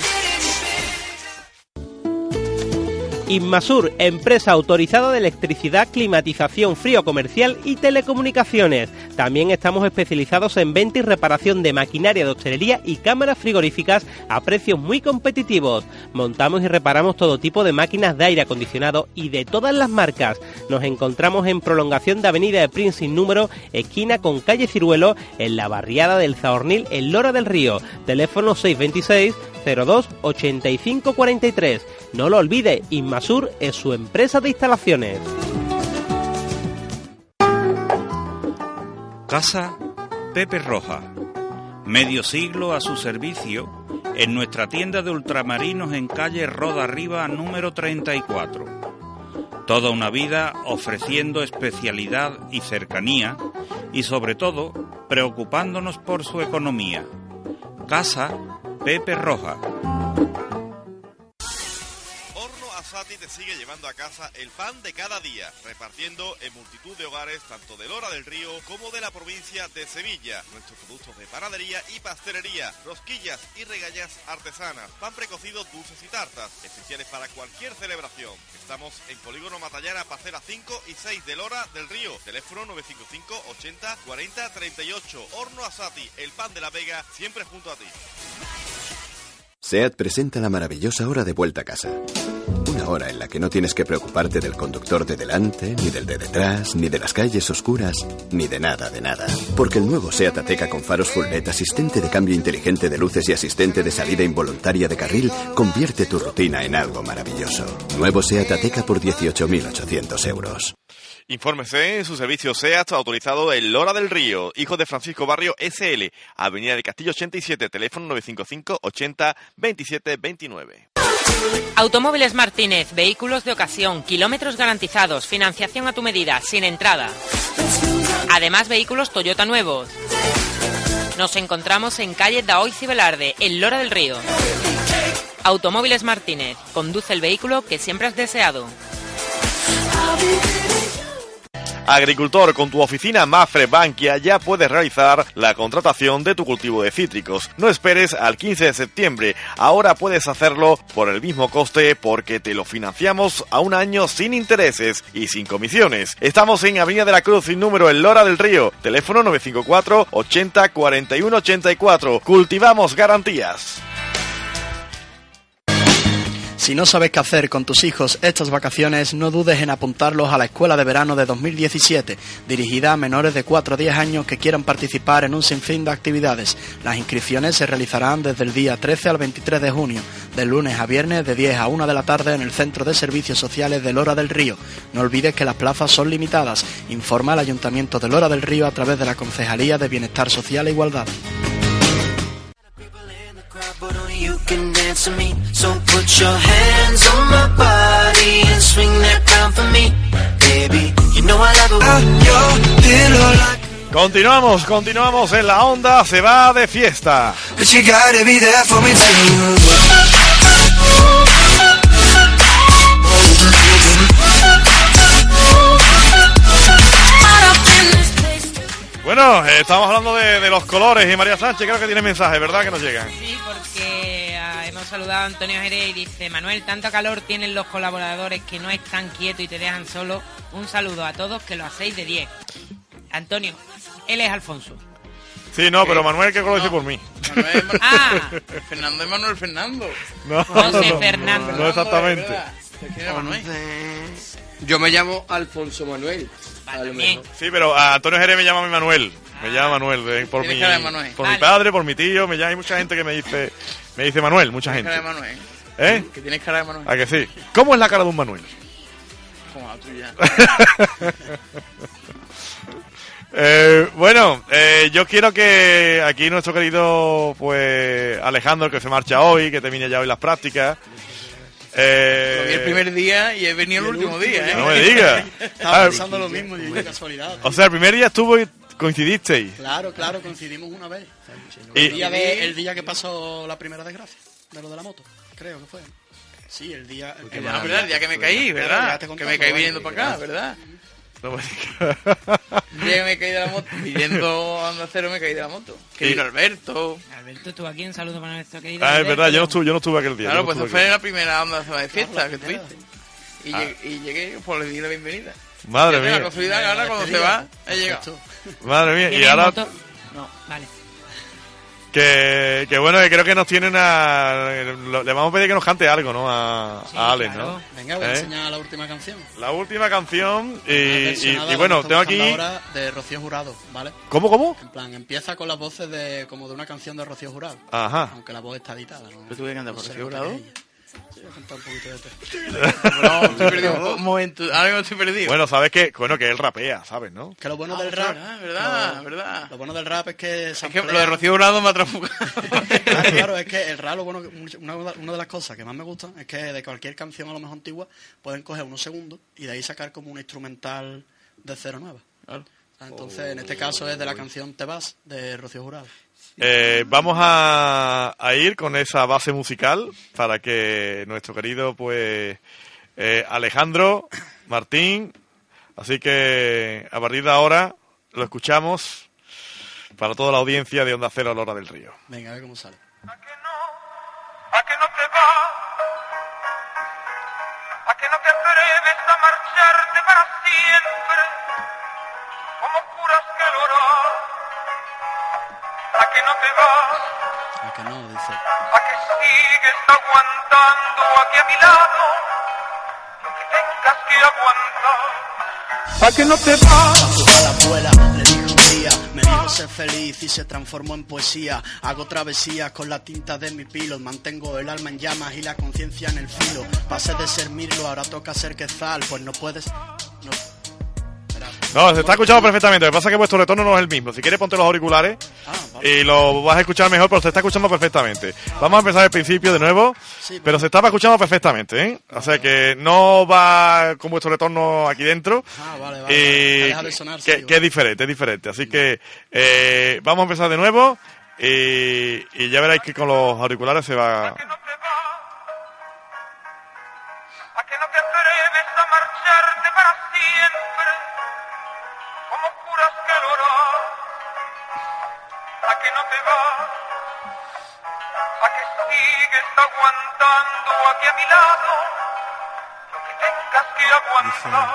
Inmasur, empresa autorizada de electricidad, climatización, frío comercial y telecomunicaciones. También estamos especializados en venta y reparación de maquinaria de hostelería y cámaras frigoríficas a precios muy competitivos. Montamos y reparamos todo tipo de máquinas de aire acondicionado y de todas las marcas. Nos encontramos en prolongación de Avenida de Prince sin número, esquina con calle Ciruelo, en la barriada del Zahornil, en Lora del Río. Teléfono seiscientos veintiséis cero dos ochenta y cinco cuarenta y tres. No lo olvide, Inmasur es su empresa de instalaciones. Casa Pepe Roja. Medio siglo a su servicio en nuestra tienda de ultramarinos en calle Roda Arriba número treinta y cuatro. Toda una vida ofreciendo especialidad y cercanía y sobre todo preocupándonos por su economía. Casa Pepe Roja. Asati te sigue llevando a casa el pan de cada día, repartiendo en multitud de hogares tanto de Lora del Río como de la provincia de Sevilla. Nuestros productos de panadería y pastelería, rosquillas y regallas artesanas, pan precocido, dulces y tartas, especiales para cualquier celebración. Estamos en Polígono Matallana, Parcela cinco y seis de Lora del Río. Teléfono nueve cinco cinco ochenta cuarenta treinta y ocho. Horno Asati, el pan de la Vega, siempre junto a ti. SEAT presenta la maravillosa hora de vuelta a casa. Una hora en la que no tienes que preocuparte del conductor de delante, ni del de detrás, ni de las calles oscuras, ni de nada, de nada. Porque el nuevo SEAT Ateca con faros full L E D, asistente de cambio inteligente de luces y asistente de salida involuntaria de carril, convierte tu rutina en algo maravilloso. Nuevo SEAT Ateca por dieciocho mil ochocientos euros. Infórmese en su servicio SEAT autorizado en Lora del Río, hijo de Francisco Barrio S L, Avenida del Castillo ochenta y siete, teléfono nueve cinco cinco ochenta veintisiete veintinueve. Automóviles Martínez, vehículos de ocasión, kilómetros garantizados, financiación a tu medida, sin entrada. Además, vehículos Toyota nuevos. Nos encontramos en calle Daoiz y Velarde, en Lora del Río. Automóviles Martínez, conduce el vehículo que siempre has deseado. Agricultor, con tu oficina Mafre Bankia ya puedes realizar la contratación de tu cultivo de cítricos. No esperes al quince de septiembre, ahora puedes hacerlo por el mismo coste porque te lo financiamos a un año sin intereses y sin comisiones. Estamos en Avenida de la Cruz sin número en Lora del Río, teléfono nueve cinco cuatro ochenta cuarenta y uno ochenta y cuatro. Cultivamos garantías. Si no sabes qué hacer con tus hijos estas vacaciones, no dudes en apuntarlos a la Escuela de Verano de dos mil diecisiete, dirigida a menores de cuatro a diez años que quieran participar en un sinfín de actividades. Las inscripciones se realizarán desde el día trece al veintitrés de junio, de lunes a viernes de diez a una de la tarde en el Centro de Servicios Sociales de Lora del Río. No olvides que las plazas son limitadas. Informa al Ayuntamiento de Lora del Río a través de la Concejalía de Bienestar Social e Igualdad. But only you can dance to me. So put your hands on my body and swing that crown for me, baby. You know I love it when you're pillow like. Continuamos, continuamos en la onda, se va de fiesta. But you gotta be there for me too. Bueno, eh, estamos hablando de, de los colores y María Sánchez creo que tiene mensajes, ¿verdad? Que nos llegan. Sí, porque uh, hemos saludado a Antonio Jerez y dice: Manuel, tanta calor tienen los colaboradores que no están quietos y te dejan solo. Un saludo a todos que lo hacéis de diez. Antonio, él es Alfonso. Sí, no, pero Manuel que lo dice No. por mí. Manuel, Manuel. Ah, Fernando y Manuel Fernando. No, José no, Fernando. no exactamente. ¿Quién era Manuel? Yo me llamo Alfonso Manuel. A lo También. mejor. Sí, pero a Antonio Jerez me llama mi Manuel. Me llama Manuel, eh, por Tienes mi, cara de Manuel. por mi Vale. padre, por mi tío, me llama, hay mucha gente que me dice, me dice Manuel, mucha Tienes gente. cara de Manuel. ¿Eh? Que tienes cara de Manuel. ¿A que sí? ¿Cómo es la cara de un Manuel? Como la tuya. Eh, bueno, eh, yo quiero que aquí nuestro querido pues Alejandro, que se marcha hoy, que termina ya hoy las prácticas. Eh, Lo vi el primer día y he venido el, último día, ¿eh? No me digas. Estaba Ah, pensando lo mismo, y de casualidad. o sea, el primer día estuvo y coincidisteis. Claro, claro, coincidimos una vez. Y- El día, de- el día que pasó la primera desgracia, de lo de la moto, creo que fue. Sí, el día... El, Que bueno, verdad, el día que me caí, Claro, ¿verdad? ya te Que contaba, me caí vale. viniendo para acá, ¿verdad? No me digas. El día que me caí de la moto, viniendo a Onda Cero me caí de la moto. Que Y- vino Alberto. Alberto, estuvo aquí. Un saludo para nuestro querido Ah, es Alberto. verdad, yo no estuve, yo no estuve aquel día. Claro, yo no pues eso estuve fue aquel la primera Onda Cero de fiesta Claro, que la primera. tuviste. Y, Ah. llegué, y llegué, pues le di la bienvenida. día. Madre Ya tengo mía, La casualidad que ahora cuando se va, he llegado. madre mía. Y ¿Tienes ahora moto? No, vale. que, que bueno, que creo que nos tienen a... lo- Le vamos a pedir que nos cante algo, ¿no? A, Sí, a Alex, claro. ¿no? Venga, voy a ¿Eh? enseñar la última canción. La última canción y, Una y, versionada y de bueno, la que tengo estamos aquí... cantando ahora de Rocío Jurado, ¿vale? ¿Cómo, cómo? En plan, empieza con las voces de como de una canción de Rocío Jurado. Ajá. Aunque la voz está editada, ¿no? ¿Pero tú qué cantas por sé Rocío lo que Jurado? es ella. Sí, voy a cantar un poquito de té. No, estoy perdido. Un momento, ahora mismo estoy perdido. Bueno, sabes que, bueno, que él rapea, ¿sabes, no? Que lo bueno Ah, del rap... verdad, verdad, lo, verdad. Lo bueno del rap es que... Es que lo de Rocío Jurado me ha trafugado. Claro, claro, es que el rap, lo bueno, una, una de las cosas que más me gustan es que de cualquier canción a lo mejor antigua pueden coger unos segundos y de ahí sacar como una instrumental de cero nueva. Claro. Entonces, en este caso es de la canción Te vas, de Rocío Jurado. Eh, vamos a, a ir con esa base musical para que nuestro querido, pues, eh, Alejandro Martín, así que a partir de ahora lo escuchamos para toda la audiencia de Onda Cero a la hora del río. Venga, a ver cómo sale. ¿A que no? ¿A que no te vas? ¿A que no te atreves a marcharte para siempre? Como curas que lo harán. ¿A que no te vas? ¿A que no? Dice. ¿A que sigues aguantando aquí a mi lado lo que tengas que aguantar? ¿A que no te vas? A la abuela le dije un día, me dijo sé feliz y se transformó en poesía. Hago travesías con la tinta de mi pilot, mantengo el alma en llamas y la conciencia en el filo. Pasé de ser Mirlo, ahora toca ser Quetzal, pues no puedes... No. No, se está escuchando perfectamente. Lo que pasa es que vuestro retorno no es el mismo. Si quieres, ponte los auriculares y lo vas a escuchar mejor, pero se está escuchando perfectamente. Vamos a empezar al principio de nuevo, pero se estaba escuchando perfectamente, ¿eh? O sea que no va con vuestro retorno aquí dentro. Ah, vale, vale. Y Deja de sonar, que, sí, que es diferente, es diferente. Así que eh, vamos a empezar de nuevo y, y ya veréis que con los auriculares se va... ¿A que no te atreves a marcharte para siempre? ¿Cómo juras que lo harás? ¿A que no te vas? ¿A que sigues aguantando aquí a mi lado lo que tengas que aguantar?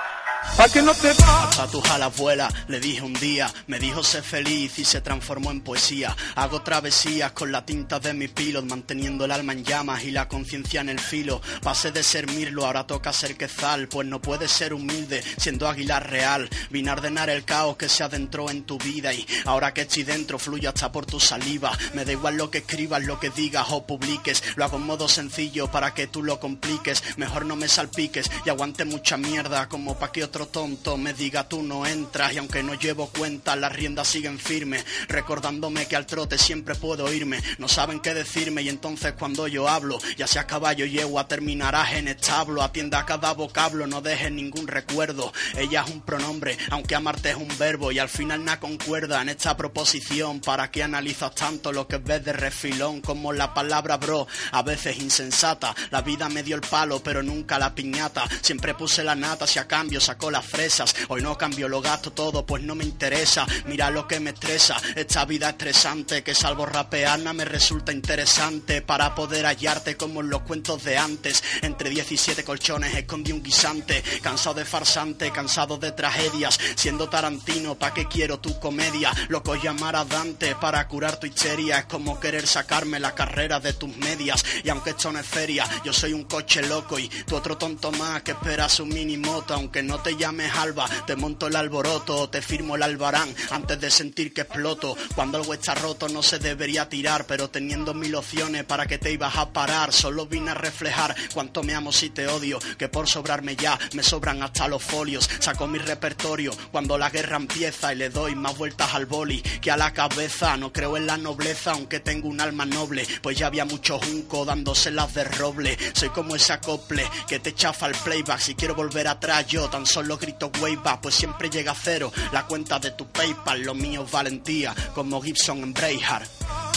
¿A que no te vas? A tu jalabuela le dije un día, me dijo sé feliz y se transformó en poesía. Hago travesías con la tinta de mi pilot, manteniendo el alma en llamas y la conciencia en el filo. Pasé de ser Mirlo, ahora toca ser Quetzal, pues no puedes ser humilde siendo Aguilar Real. Vine a ordenar el caos que se adentró en tu vida y ahora que estoy dentro fluyo hasta por tu saliva. Me da igual lo que escribas, lo que digas o publiques, lo hago en modo sencillo para que tú lo compliques. Mejor no me salpiques y aguante mucha mierda como pa' que otro tonto me diga tú no entras. Y aunque no llevo cuenta, las riendas siguen firmes, recordándome que al trote siempre puedo irme. No saben qué decirme y entonces cuando yo hablo, ya sea caballo yegua, terminarás en establo. Atienda a cada vocablo, no dejes ningún recuerdo. Ella es un pronombre, aunque amarte es un verbo, y al final nada concuerda en esta proposición. ¿Para qué analizas tanto lo que ves de refilón? Como la palabra bro, a veces insensata. La vida me dio el palo, pero nunca la piñata. Siempre puse la nata, si a cambio sacó las fresas. Hoy no cambio, lo gasto todo, pues no me interesa. Mira lo que me estresa, esta vida estresante, que salvo rapear nada me resulta interesante. Para poder hallarte como en los cuentos de antes, entre diecisiete colchones escondí un guisante. Cansado de farsante, cansado de tragedias, siendo Tarantino, ¿pa' qué quiero tu comedia? Loco llamar a Dante para curar tu histeria, es como querer sacarme la carrera de tus medias. Y aunque esto no es feria, yo soy un coche loco y tú otro tonto más que espera su mini moto. Aunque no te llames Alba, te monto el alboroto, te firmo el albarán antes de sentir que exploto. Cuando algo está roto no se debería tirar, pero teniendo mil opciones para que te ibas a parar. Solo vine a reflejar cuánto me amo si te odio, que por sobrarme ya me sobran hasta los folios. Saco mi repertorio cuando la guerra empieza y le doy más vueltas al boli que a la cabeza. No creo en la nobleza aunque tengo un alma noble, pues ya había mucho junco dándoselas de roble. Soy como ese acople que te chafa el playback. Si quiero volver atrás yo tan solo grito way back, pues siempre llega a cero la cuenta de tu PayPal. Lo mío es valentía como Gibson en Braveheart.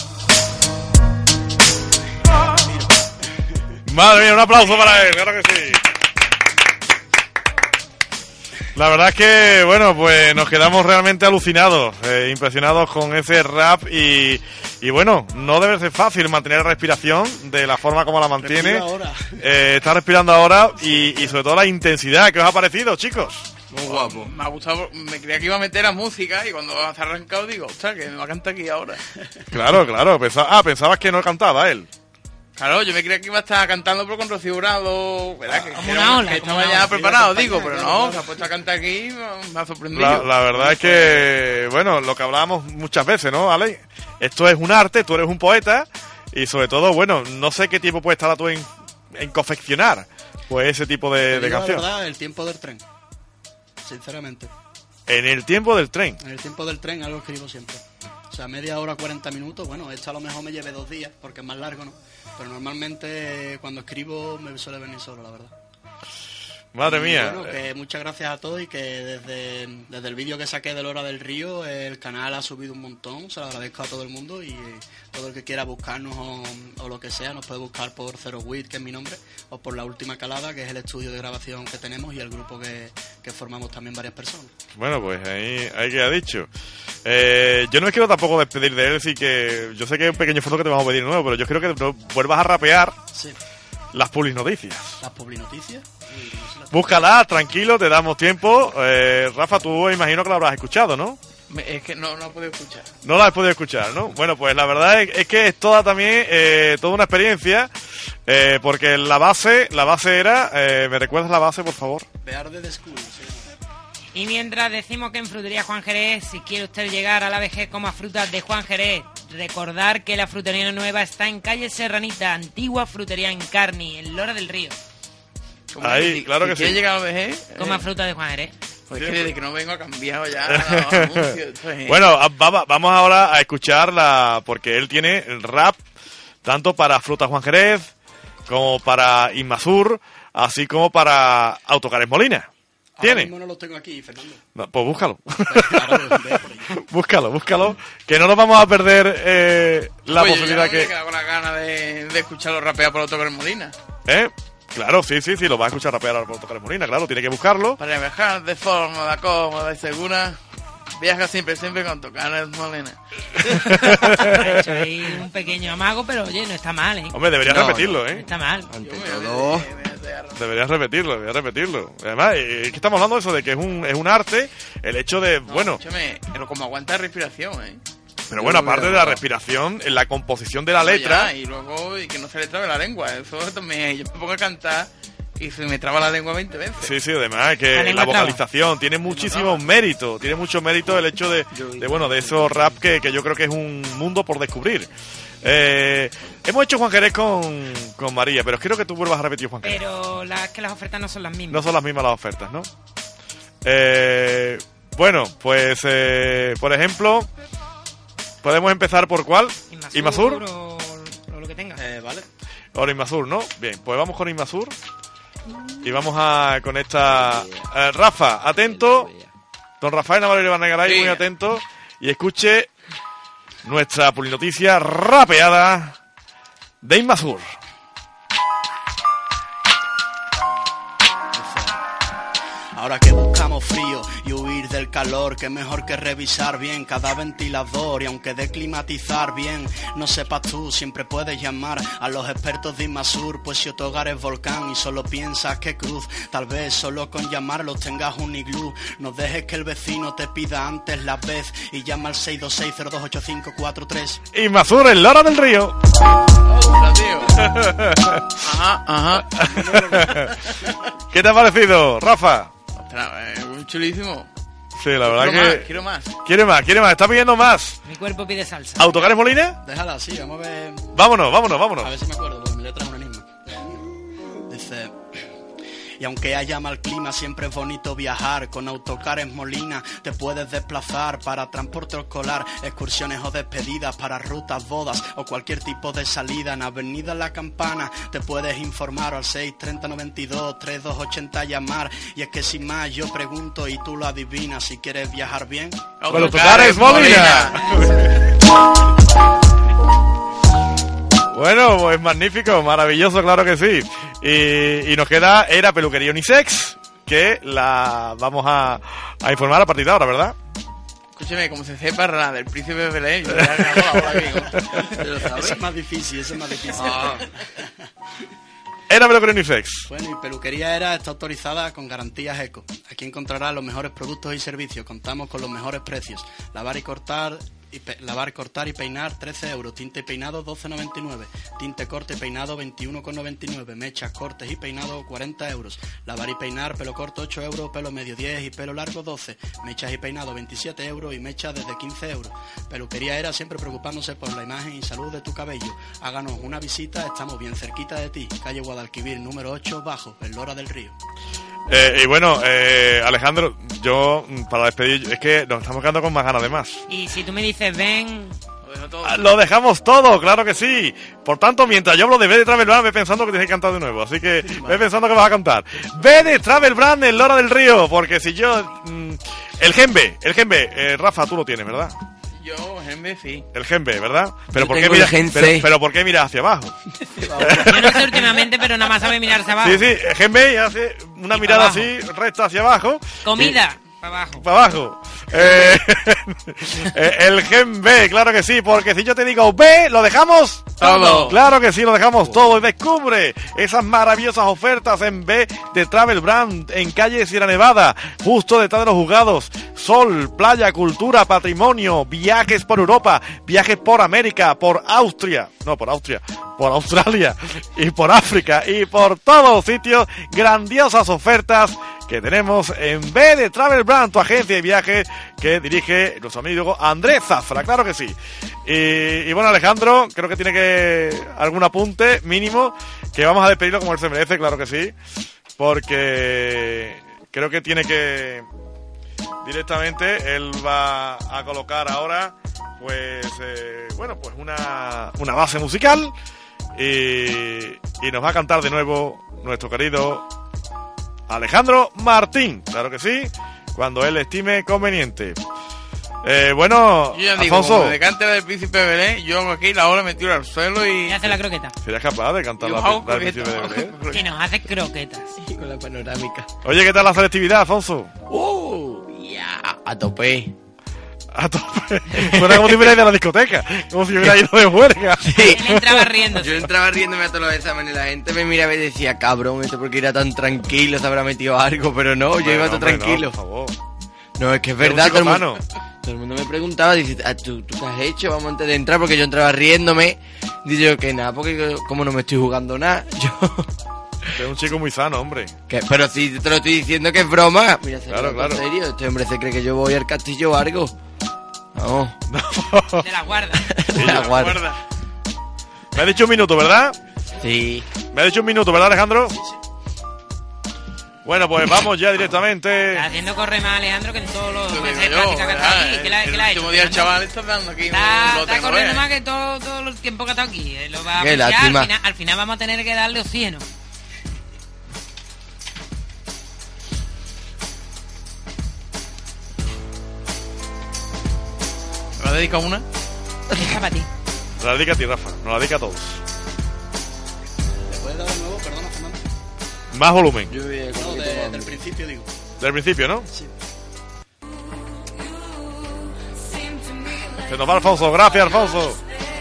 Madre mía, un aplauso para él, claro que sí. La verdad es que, bueno, pues nos quedamos realmente alucinados, eh, impresionados con ese rap y, y bueno, no debe ser fácil mantener la respiración de la forma como la mantiene. Eh, está respirando ahora y, y sobre todo la intensidad. ¿Qué os ha parecido, chicos? Muy guapo. Me ha gustado, me creía que iba a meter a música y cuando se ha arrancado digo, ostras, que me va a cantar aquí ahora. Claro, claro. Pensaba, ah, pensabas que no cantaba él. Claro, yo me creía que iba a estar cantando pero con Rocío Jurado, ¿verdad? Que, como que, una era, ola, que como estaba una ya ola. preparado, Sí, digo, claro, pero claro. no, se ha puesto a cantar aquí, me ha sorprendido. La, la verdad es que, bueno, lo que hablábamos muchas veces, ¿no, Ale? Esto es un arte, tú eres un poeta y sobre todo, bueno, no sé qué tiempo puedes tardar tú en, en confeccionar pues ese tipo de, Te de digo canción. la verdad, el tiempo del tren, sinceramente. En el tiempo del tren. En el tiempo del tren algo escribo siempre. O sea, media hora, cuarenta minutos. Bueno, esto a lo mejor me lleve dos días porque es más largo, ¿no? Pero normalmente cuando escribo me suele venir solo, la verdad. Madre Y, mía. Bueno, que muchas gracias a todos y que desde, desde el vídeo que saqué de Lora del Río, el canal ha subido un montón. Se lo agradezco a todo el mundo y eh, todo el que quiera buscarnos o, o lo que sea, nos puede buscar por Zero Wit, que es mi nombre, o por La Última Calada, que es el estudio de grabación que tenemos y el grupo que, que formamos también varias personas. Bueno, pues ahí, ahí queda dicho. Eh, yo no me quiero tampoco despedir de él, así que yo sé que es un pequeño foto que te vamos a pedir nuevo, pero yo quiero que no vuelvas a rapear Sí. las public noticias. Las publinoticias. Uy, no sé las- Búscalas, tranquilo, te damos tiempo. Eh, Rafa, tú imagino que lo habrás escuchado, ¿no? Me- Es que no, no he podido escuchar. No la has podido escuchar, ¿no? Bueno, pues la verdad es, es que es toda también, eh, toda una experiencia, eh, porque la base, la base era, eh, ¿me recuerdas la base, por favor? Bear de School, sí. Y mientras decimos que en Frutería Juan Jerez, si quiere usted llegar a la vejez, coma frutas de Juan Jerez. Recordar que la frutería nueva está en calle Serranita, antigua frutería en Carni, en Lora del Río. Ahí, si, claro si que quiere sí. llegar a la vejez, Coma eh, frutas de Juan Jerez. pues es que desde que no vengo ha cambiado ya los anuncios. Esto es- Bueno, a- va- vamos ahora a escuchar la, porque él tiene el rap tanto para Frutas Juan Jerez, como para Inmasur, así como para Autocares Molina. Ahora ¿Tiene? mismo no los tengo aquí, Fernando. No, pues búscalo. Claro, ve por ahí. búscalo, búscalo. Que no nos vamos a perder eh, la Oye, posibilidad yo me he que... quedado con la gana de, de escucharlo rapear por Autocar Molina. ¿Eh? Claro, sí, sí, sí, lo va a escuchar rapear ahora por Autocares Molina, claro, tiene que buscarlo. Para viajar de forma cómoda y segura, viaja siempre, siempre con Autocar Molina. Ha hecho ahí un pequeño amago, pero oye, no está mal, ¿eh? Hombre, deberías No, repetirlo, No ¿eh? está mal. Ante todo, Deberías repetirlo, deberías repetirlo. Además, eh, es que estamos hablando de eso, de que es un, es un arte, el hecho de, No, bueno, escúchame, pero como aguanta respiración, ¿eh? pero bueno, aparte de la respiración, en la composición de la Eso letra, ya, y luego, y que no se le trabe la lengua. Eso también, yo me pongo a cantar y se me traba la lengua veinte veces. sí, sí, además que La la, lengua traba. vocalización tiene muchísimos méritos, tiene mucho mérito el hecho de, de bueno, de esos rap que, que yo creo que es un mundo por descubrir. Eh, hemos hecho Juan Jerez con, con María, pero quiero que tú vuelvas a repetir Juan Jerez. Pero la, es que las ofertas no son las mismas. No son las mismas las ofertas, ¿no? Eh, bueno, pues, eh, por ejemplo, podemos empezar por ¿cuál? ¿Inmasur? O, o lo que tenga. Eh, vale. O Inmasur, ¿no? Bien, pues vamos con Inmasur. Y vamos a con esta... eh, Rafa, atento. Don Rafael Navarro Banagaray, Sí. muy atento. Y escuche nuestra polinoticia rapeada de Inmasur. Ahora que buscamos frío y huir del calor, que mejor que revisar bien cada ventilador. Y aunque de climatizar bien no sepas tú, siempre puedes llamar a los expertos de Inmasur. Pues si tu hogar es volcán y solo piensas que cruz, tal vez solo con llamarlos tengas un iglú. No dejes que el vecino te pida antes la vez y llama al seis dos seis cero dos ocho cinco cuatro tres. Inmasur en Lora del Río. Ostras, tío. Ajá, ajá. ¿Qué te ha parecido, Rafa? Ostras, eh, un chulísimo. Sí, la verdad quiero que... Más, quiero más. Quiere más, quiere más, está pidiendo más. Mi cuerpo pide salsa. ¿Autocares Molina? Déjala así, vamos a ver. Vámonos, vámonos, vámonos. A ver si me acuerdo, porque mi letra es un enigma. Dice... Y aunque haya mal clima, siempre es bonito viajar. Con Autocares Molina te puedes desplazar para transporte escolar, excursiones o despedidas, para rutas, bodas o cualquier tipo de salida. En Avenida La Campana te puedes informar al seis treinta noventa y dos treinta y dos ochenta llamar. Y es que sin más yo pregunto y tú lo adivinas, si quieres viajar bien. Con Autocares Molina. Bueno, pues magnífico, maravilloso, claro que sí. Y, y nos queda Era Peluquería Unisex, que la vamos a, a informar a partir de ahora, ¿verdad? Escúcheme, como se sepa la del príncipe de Belén, yo ya acabo ahora mismo. Eso es más difícil, eso es más difícil. Ah. Era Peluquería Unisex. Bueno, y Peluquería Era está autorizada con garantías eco. Aquí encontrarás los mejores productos y servicios. Contamos con los mejores precios. Lavar y cortar... Y pe- lavar, cortar y peinar trece euros, tinte y peinado doce noventa y nueve, tinte, corte y peinado veintiuno noventa y nueve, mechas, cortes y peinado cuarenta euros, lavar y peinar pelo corto ocho euros, pelo medio diez y pelo largo doce, mechas y peinado veintisiete euros y mechas desde quince euros. Peluquería Era, siempre preocupándose por la imagen y salud de tu cabello. Háganos una visita, estamos bien cerquita de ti, calle Guadalquivir número ocho bajo, en Lora del Río. Eh, y bueno, eh, Alejandro, yo para despedir, es que nos estamos quedando con más ganas de más. Y si tú me dices ven... Lo dejo todo. Ah, Lo dejamos todo, claro que sí. Por tanto, mientras yo hablo de B de Travel Brand, ve pensando que tienes que cantar de nuevo. Así que ve pensando que vas a cantar. B de Travel Brand en Lora del Río. Porque si yo... mm, el Gembe, el Gembe. Eh, Rafa, tú lo tienes, ¿verdad? Yo, Gembe, sí. El Gembe, ¿verdad? Pero Yo ¿por qué tengo mira, el Gen pero, C. pero ¿por qué miras hacia abajo? Yo no sé últimamente, pero nada más sabe mirarse abajo. Sí, sí, Gembe hace una Y mirada para así, recta hacia abajo. Comida, para abajo. Para abajo. Eh, el gen B, claro que sí, porque si yo te digo B, ¿lo dejamos? Todo. Claro que sí, lo dejamos todo. Y descubre esas maravillosas ofertas en B de Travel Brand en calle Sierra Nevada, justo detrás de los juzgados. Sol, playa, cultura, patrimonio, viajes por Europa, viajes por América, por Austria, no, por Austria, por Australia y por África y por todos los sitios. Grandiosas ofertas que tenemos en B de Travel Brand, tu agencia de viajes que dirige nuestro amigo Andrés Zafra, claro que sí. Y, y bueno, Alejandro, creo que tiene que algún apunte mínimo, que vamos a despedirlo como él se merece, claro que sí, porque creo que tiene que directamente, él va a colocar ahora, pues, eh, bueno, pues una, una base musical y, y nos va a cantar de nuevo nuestro querido Alejandro Martín, claro que sí, cuando él estime conveniente. Eh, bueno, yo ya digo, Alfonso, como de cante del Príncipe de Belén, yo hago aquí la ola me tiro al suelo y... Y hace la croqueta. ¿serías capaz de cantar Yo la, hago la del Príncipe de croqueta. Belén? Que nos hace croquetas. Sí, con la panorámica. Oye, ¿qué tal la selectividad, Alfonso? ¡Uh! Ya, a tope. A tope. Suena como si hubiera ido a la discoteca, como si hubiera ido de huelga. Sí. Él entraba riendo. Yo entraba riéndome a todos los exámenes, la gente me miraba y decía, cabrón, esto porque era tan tranquilo, se habrá metido algo, pero no, yo Hombre, iba no, todo hombre, tranquilo. No, por favor. No, es que es Eres un verdad, todo el, psicópano. mundo, todo el mundo me preguntaba, dice, ah, ¿tú, ¿tú qué has hecho? Vamos antes de entrar, porque yo entraba riéndome. Dice yo que nada, porque yo, como no me estoy jugando nada, yo... Es un chico muy sano, hombre. ¿Qué? Pero si te lo estoy diciendo que es broma. Mira, se Claro, lo claro. en serio, este hombre se cree que yo voy al castillo o algo. No. De la guarda. De la guarda. Me ha dicho un minuto, ¿verdad? Sí. Me ha dicho un minuto, ¿verdad, Alejandro? Bueno, pues vamos ya directamente. Está haciendo correr más Alejandro que en todos los Lo meses digo de yo, práctica que ha estado ¿verdad? aquí. ¿Qué la, El qué la ha hecho? último día el chaval está dando aquí un Está, lote está de corriendo mover. más que todo, todo el tiempo que ha estado aquí. Eh, Lo va a Qué apreciar. lástima. al, final, al final vamos a tener que darle oxígeno. ¿Me va a dedicar una? Deja para ti. Nos la dedica a ti, Rafa. Nos la dedica a todos. ¿Le puedes dar de nuevo? Perdona, Fernando. Más volumen. Yo voy a- No, de- del principio digo. Del principio, ¿no? Sí. Se nos va Alfonso. Gracias, Alfonso.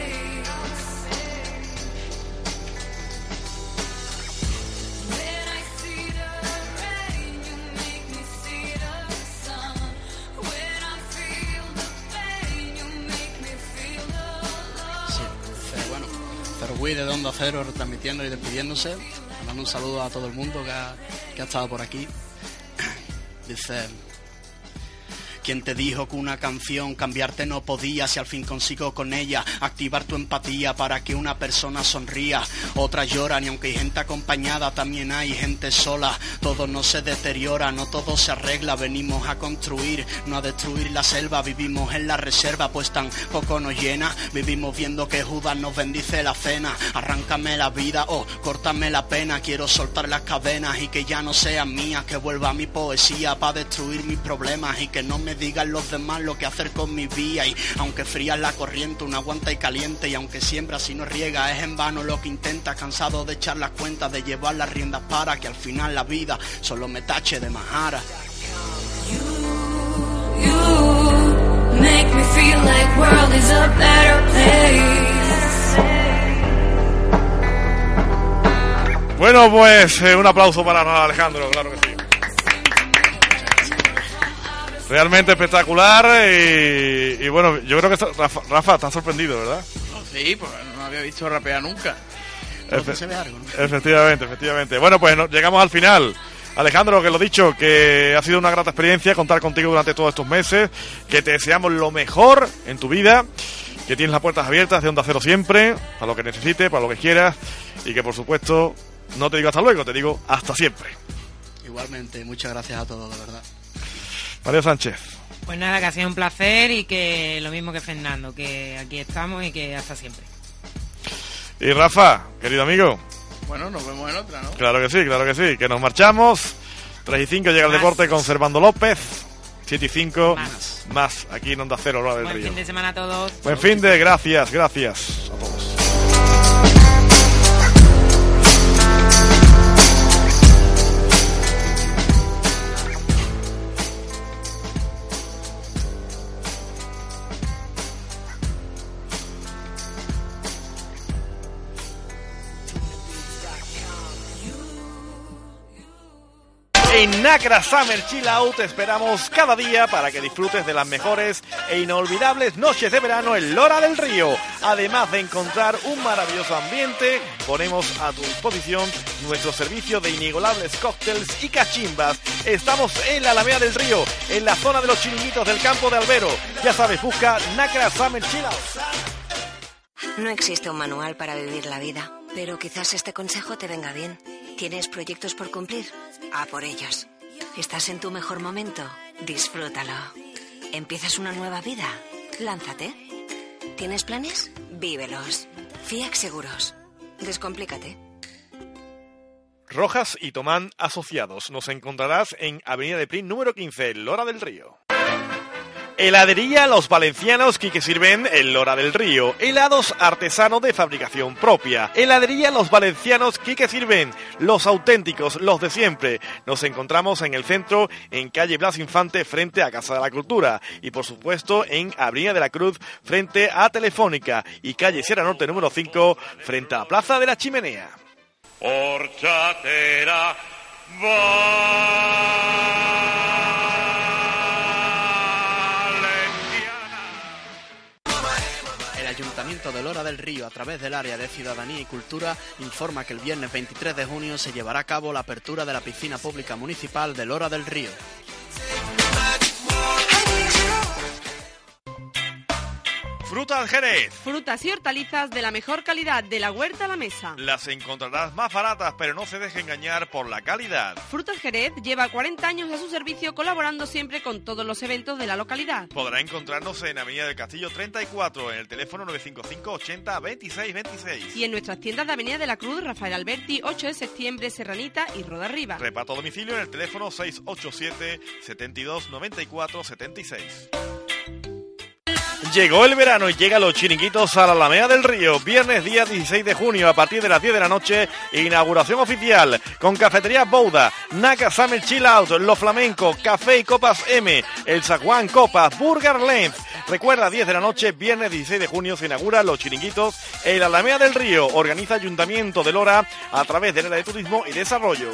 Sí. Pero bueno, Fergui de Onda Cero retransmitiendo y despidiéndose. Mandando un saludo a todo el mundo que ha, que ha estado por aquí. Dice... ¿Quién te dijo que una canción cambiarte no podía? Si al fin consigo con ella activar tu empatía para que una persona sonría, otra llora. Y aunque hay gente acompañada, también hay gente sola. Todo no se deteriora, no todo se arregla. Venimos a construir, no a destruir la selva. Vivimos en la reserva, pues tan poco nos llena. Vivimos viendo que Judas nos bendice la cena. Arráncame la vida o córtame la pena. Quiero soltar las cadenas y que ya no sean mías. Que vuelva mi poesía para destruir mis problemas y que no me digan los demás lo que hacer con mi vida. Y aunque fría es la corriente, una aguanta y caliente. Y aunque siembra si no riega, es en vano lo que intenta. Cansado de echar las cuentas, de llevar las riendas para que al final la vida solo me tache de majara. You make me feel like world is a better place. Bueno, pues eh, un aplauso para Alejandro, claro que sí. Realmente espectacular y, y bueno, yo creo que está, Rafa, Rafa, estás sorprendido, ¿verdad? No, sí, pues no había visto rapear nunca. Efe- se ve algo, ¿no? Efectivamente, efectivamente. Bueno, pues no- llegamos al final. Alejandro, que lo dicho, que ha sido una grata experiencia contar contigo durante todos estos meses, que te deseamos lo mejor en tu vida, que tienes las puertas abiertas de Onda Cero siempre, para lo que necesites, para lo que quieras, y que por supuesto, no te digo hasta luego, te digo hasta siempre. Igualmente, muchas gracias a todos, de verdad. Mario Sánchez. Pues nada, que ha sido un placer y que lo mismo que Fernando, que aquí estamos y que hasta siempre. Y Rafa, querido amigo. Bueno, nos vemos en otra, ¿no? Claro que sí, claro que sí, que nos marchamos. tres y cinco llega el Más. deporte con Servando López. siete y cinco Más. más aquí en Onda Cero, Hora del Buen Río. fin de semana a todos. Buen fin de, gracias, gracias a todos. En Nacra Summer Chill Out te esperamos cada día para que disfrutes de las mejores e inolvidables noches de verano en Lora del Río. Además de encontrar un maravilloso ambiente, ponemos a tu disposición nuestro servicio de inigualables cócteles y cachimbas. Estamos en la Alameda del Río, en la zona de los chiringuitos del campo de Albero. Ya sabes, busca Nacra Summer Chill Out. No existe un manual para vivir la vida, pero quizás este consejo te venga bien. ¿Tienes proyectos por cumplir? A por ellos. ¿Estás en tu mejor momento? Disfrútalo. ¿Empiezas una nueva vida? Lánzate. ¿Tienes planes? Vívelos. FIAC Seguros. Descomplícate. Rojas y Tomán Asociados. Nos encontrarás en Avenida de Prin número quince, Lora del Río. Heladería Los Valencianos Quique Sirven en Lora del Río. Helados artesanos de fabricación propia. Heladería Los Valencianos Quique Sirven. Los auténticos, los de siempre. Nos encontramos en el centro, en calle Blas Infante, frente a Casa de la Cultura. Y por supuesto en Avenida de la Cruz, frente a Telefónica. Y calle Sierra Norte número cinco, frente a la Plaza de la Chimenea. Horchatera va. El Ayuntamiento de Lora del Río, a través del área de Ciudadanía y Cultura, informa que el viernes veintitrés de junio se llevará a cabo la apertura de la piscina pública municipal de Lora del Río. Frutas Jerez. Frutas y hortalizas de la mejor calidad, de la huerta a la mesa. Las encontrarás más baratas, pero no se deje engañar por la calidad. Frutas Jerez lleva cuarenta años a su servicio, colaborando siempre con todos los eventos de la localidad. Podrá encontrarnos en Avenida del Castillo treinta y cuatro, en el teléfono nueve cinco cinco, ochenta, veintiséis veintiséis. Y en nuestras tiendas de Avenida de la Cruz, Rafael Alberti, ocho de septiembre, Serranita y Roda Arriba. Reparto a domicilio en el teléfono seis ocho siete, setenta y dos, noventa y cuatro, setenta y seis. Llegó el verano y llegan los chiringuitos a la Alameda del Río. Viernes día dieciséis de junio a partir de las diez de la noche. Inauguración oficial con Cafetería Bouda, Nacra Summer Chill Out, Lo Flamenco, Café y Copas M, El Zaguán Copas, Burger Length. Recuerda, diez de la noche, viernes dieciséis de junio se inauguran los chiringuitos en la Alameda del Río. Organiza Ayuntamiento de Lora a través del área de Turismo y Desarrollo.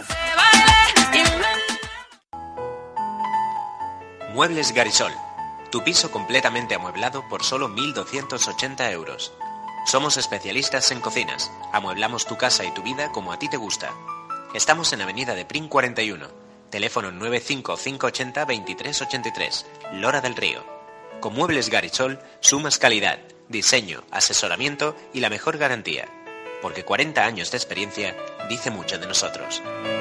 Muebles Garisol. Tu piso completamente amueblado por solo mil doscientos ochenta euros. Somos especialistas en cocinas. Amueblamos tu casa y tu vida como a ti te gusta. Estamos en Avenida de Prin cuarenta y uno. Teléfono nueve cinco cinco ochenta, veintitrés ochenta y tres. Lora del Río. Con Muebles Garisol sumas calidad, diseño, asesoramiento y la mejor garantía. Porque cuarenta años de experiencia dice mucho de nosotros.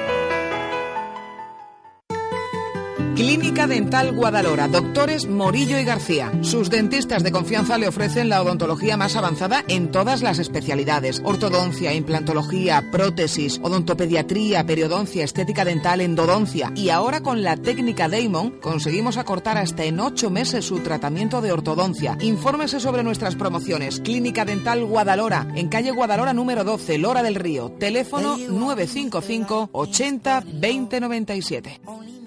Clínica Dental Guadalhora, doctores Morillo y García. Sus dentistas de confianza le ofrecen la odontología más avanzada en todas las especialidades. Ortodoncia, implantología, prótesis, odontopediatría, periodoncia, estética dental, endodoncia. Y ahora con la técnica Damon conseguimos acortar hasta en ocho meses su tratamiento de ortodoncia. Infórmese sobre nuestras promociones. Clínica Dental Guadalhora, en calle Guadalhora número doce, Lora del Río. Teléfono nueve cinco cinco, ochenta, veinte noventa y siete.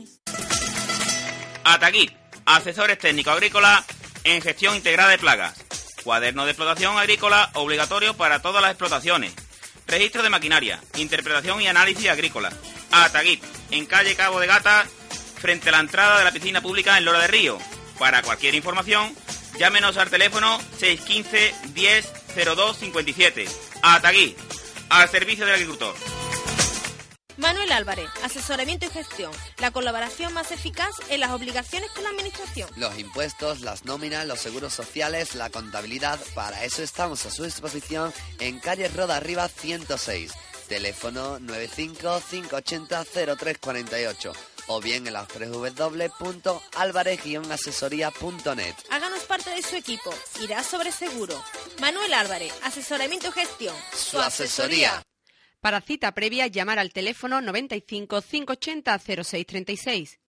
Ataguip, asesores técnicos agrícolas en gestión integrada de plagas. Cuaderno de explotación agrícola obligatorio para todas las explotaciones. Registro de maquinaria, interpretación y análisis agrícola. Ataguip, en calle Cabo de Gata, frente a la entrada de la piscina pública en Lora de Río. Para cualquier información, llámenos al teléfono seis uno cinco, diez, cero dos cincuenta y siete. Ataguip, al servicio del agricultor. Manuel Álvarez, asesoramiento y gestión, la colaboración más eficaz en las obligaciones con la administración. Los impuestos, las nóminas, los seguros sociales, la contabilidad, para eso estamos a su disposición en calle Roda Arriba ciento seis, teléfono nueve cinco cinco ochenta cero tres cuarenta y ocho o bien en las doble u doble u doble u punto alvarez guion asesoría punto net. Háganos parte de su equipo, irá sobre seguro. Manuel Álvarez, asesoramiento y gestión, su asesoría. Para cita previa, llamar al teléfono noventa y cinco, cinco ochenta, cero seis treinta y seis.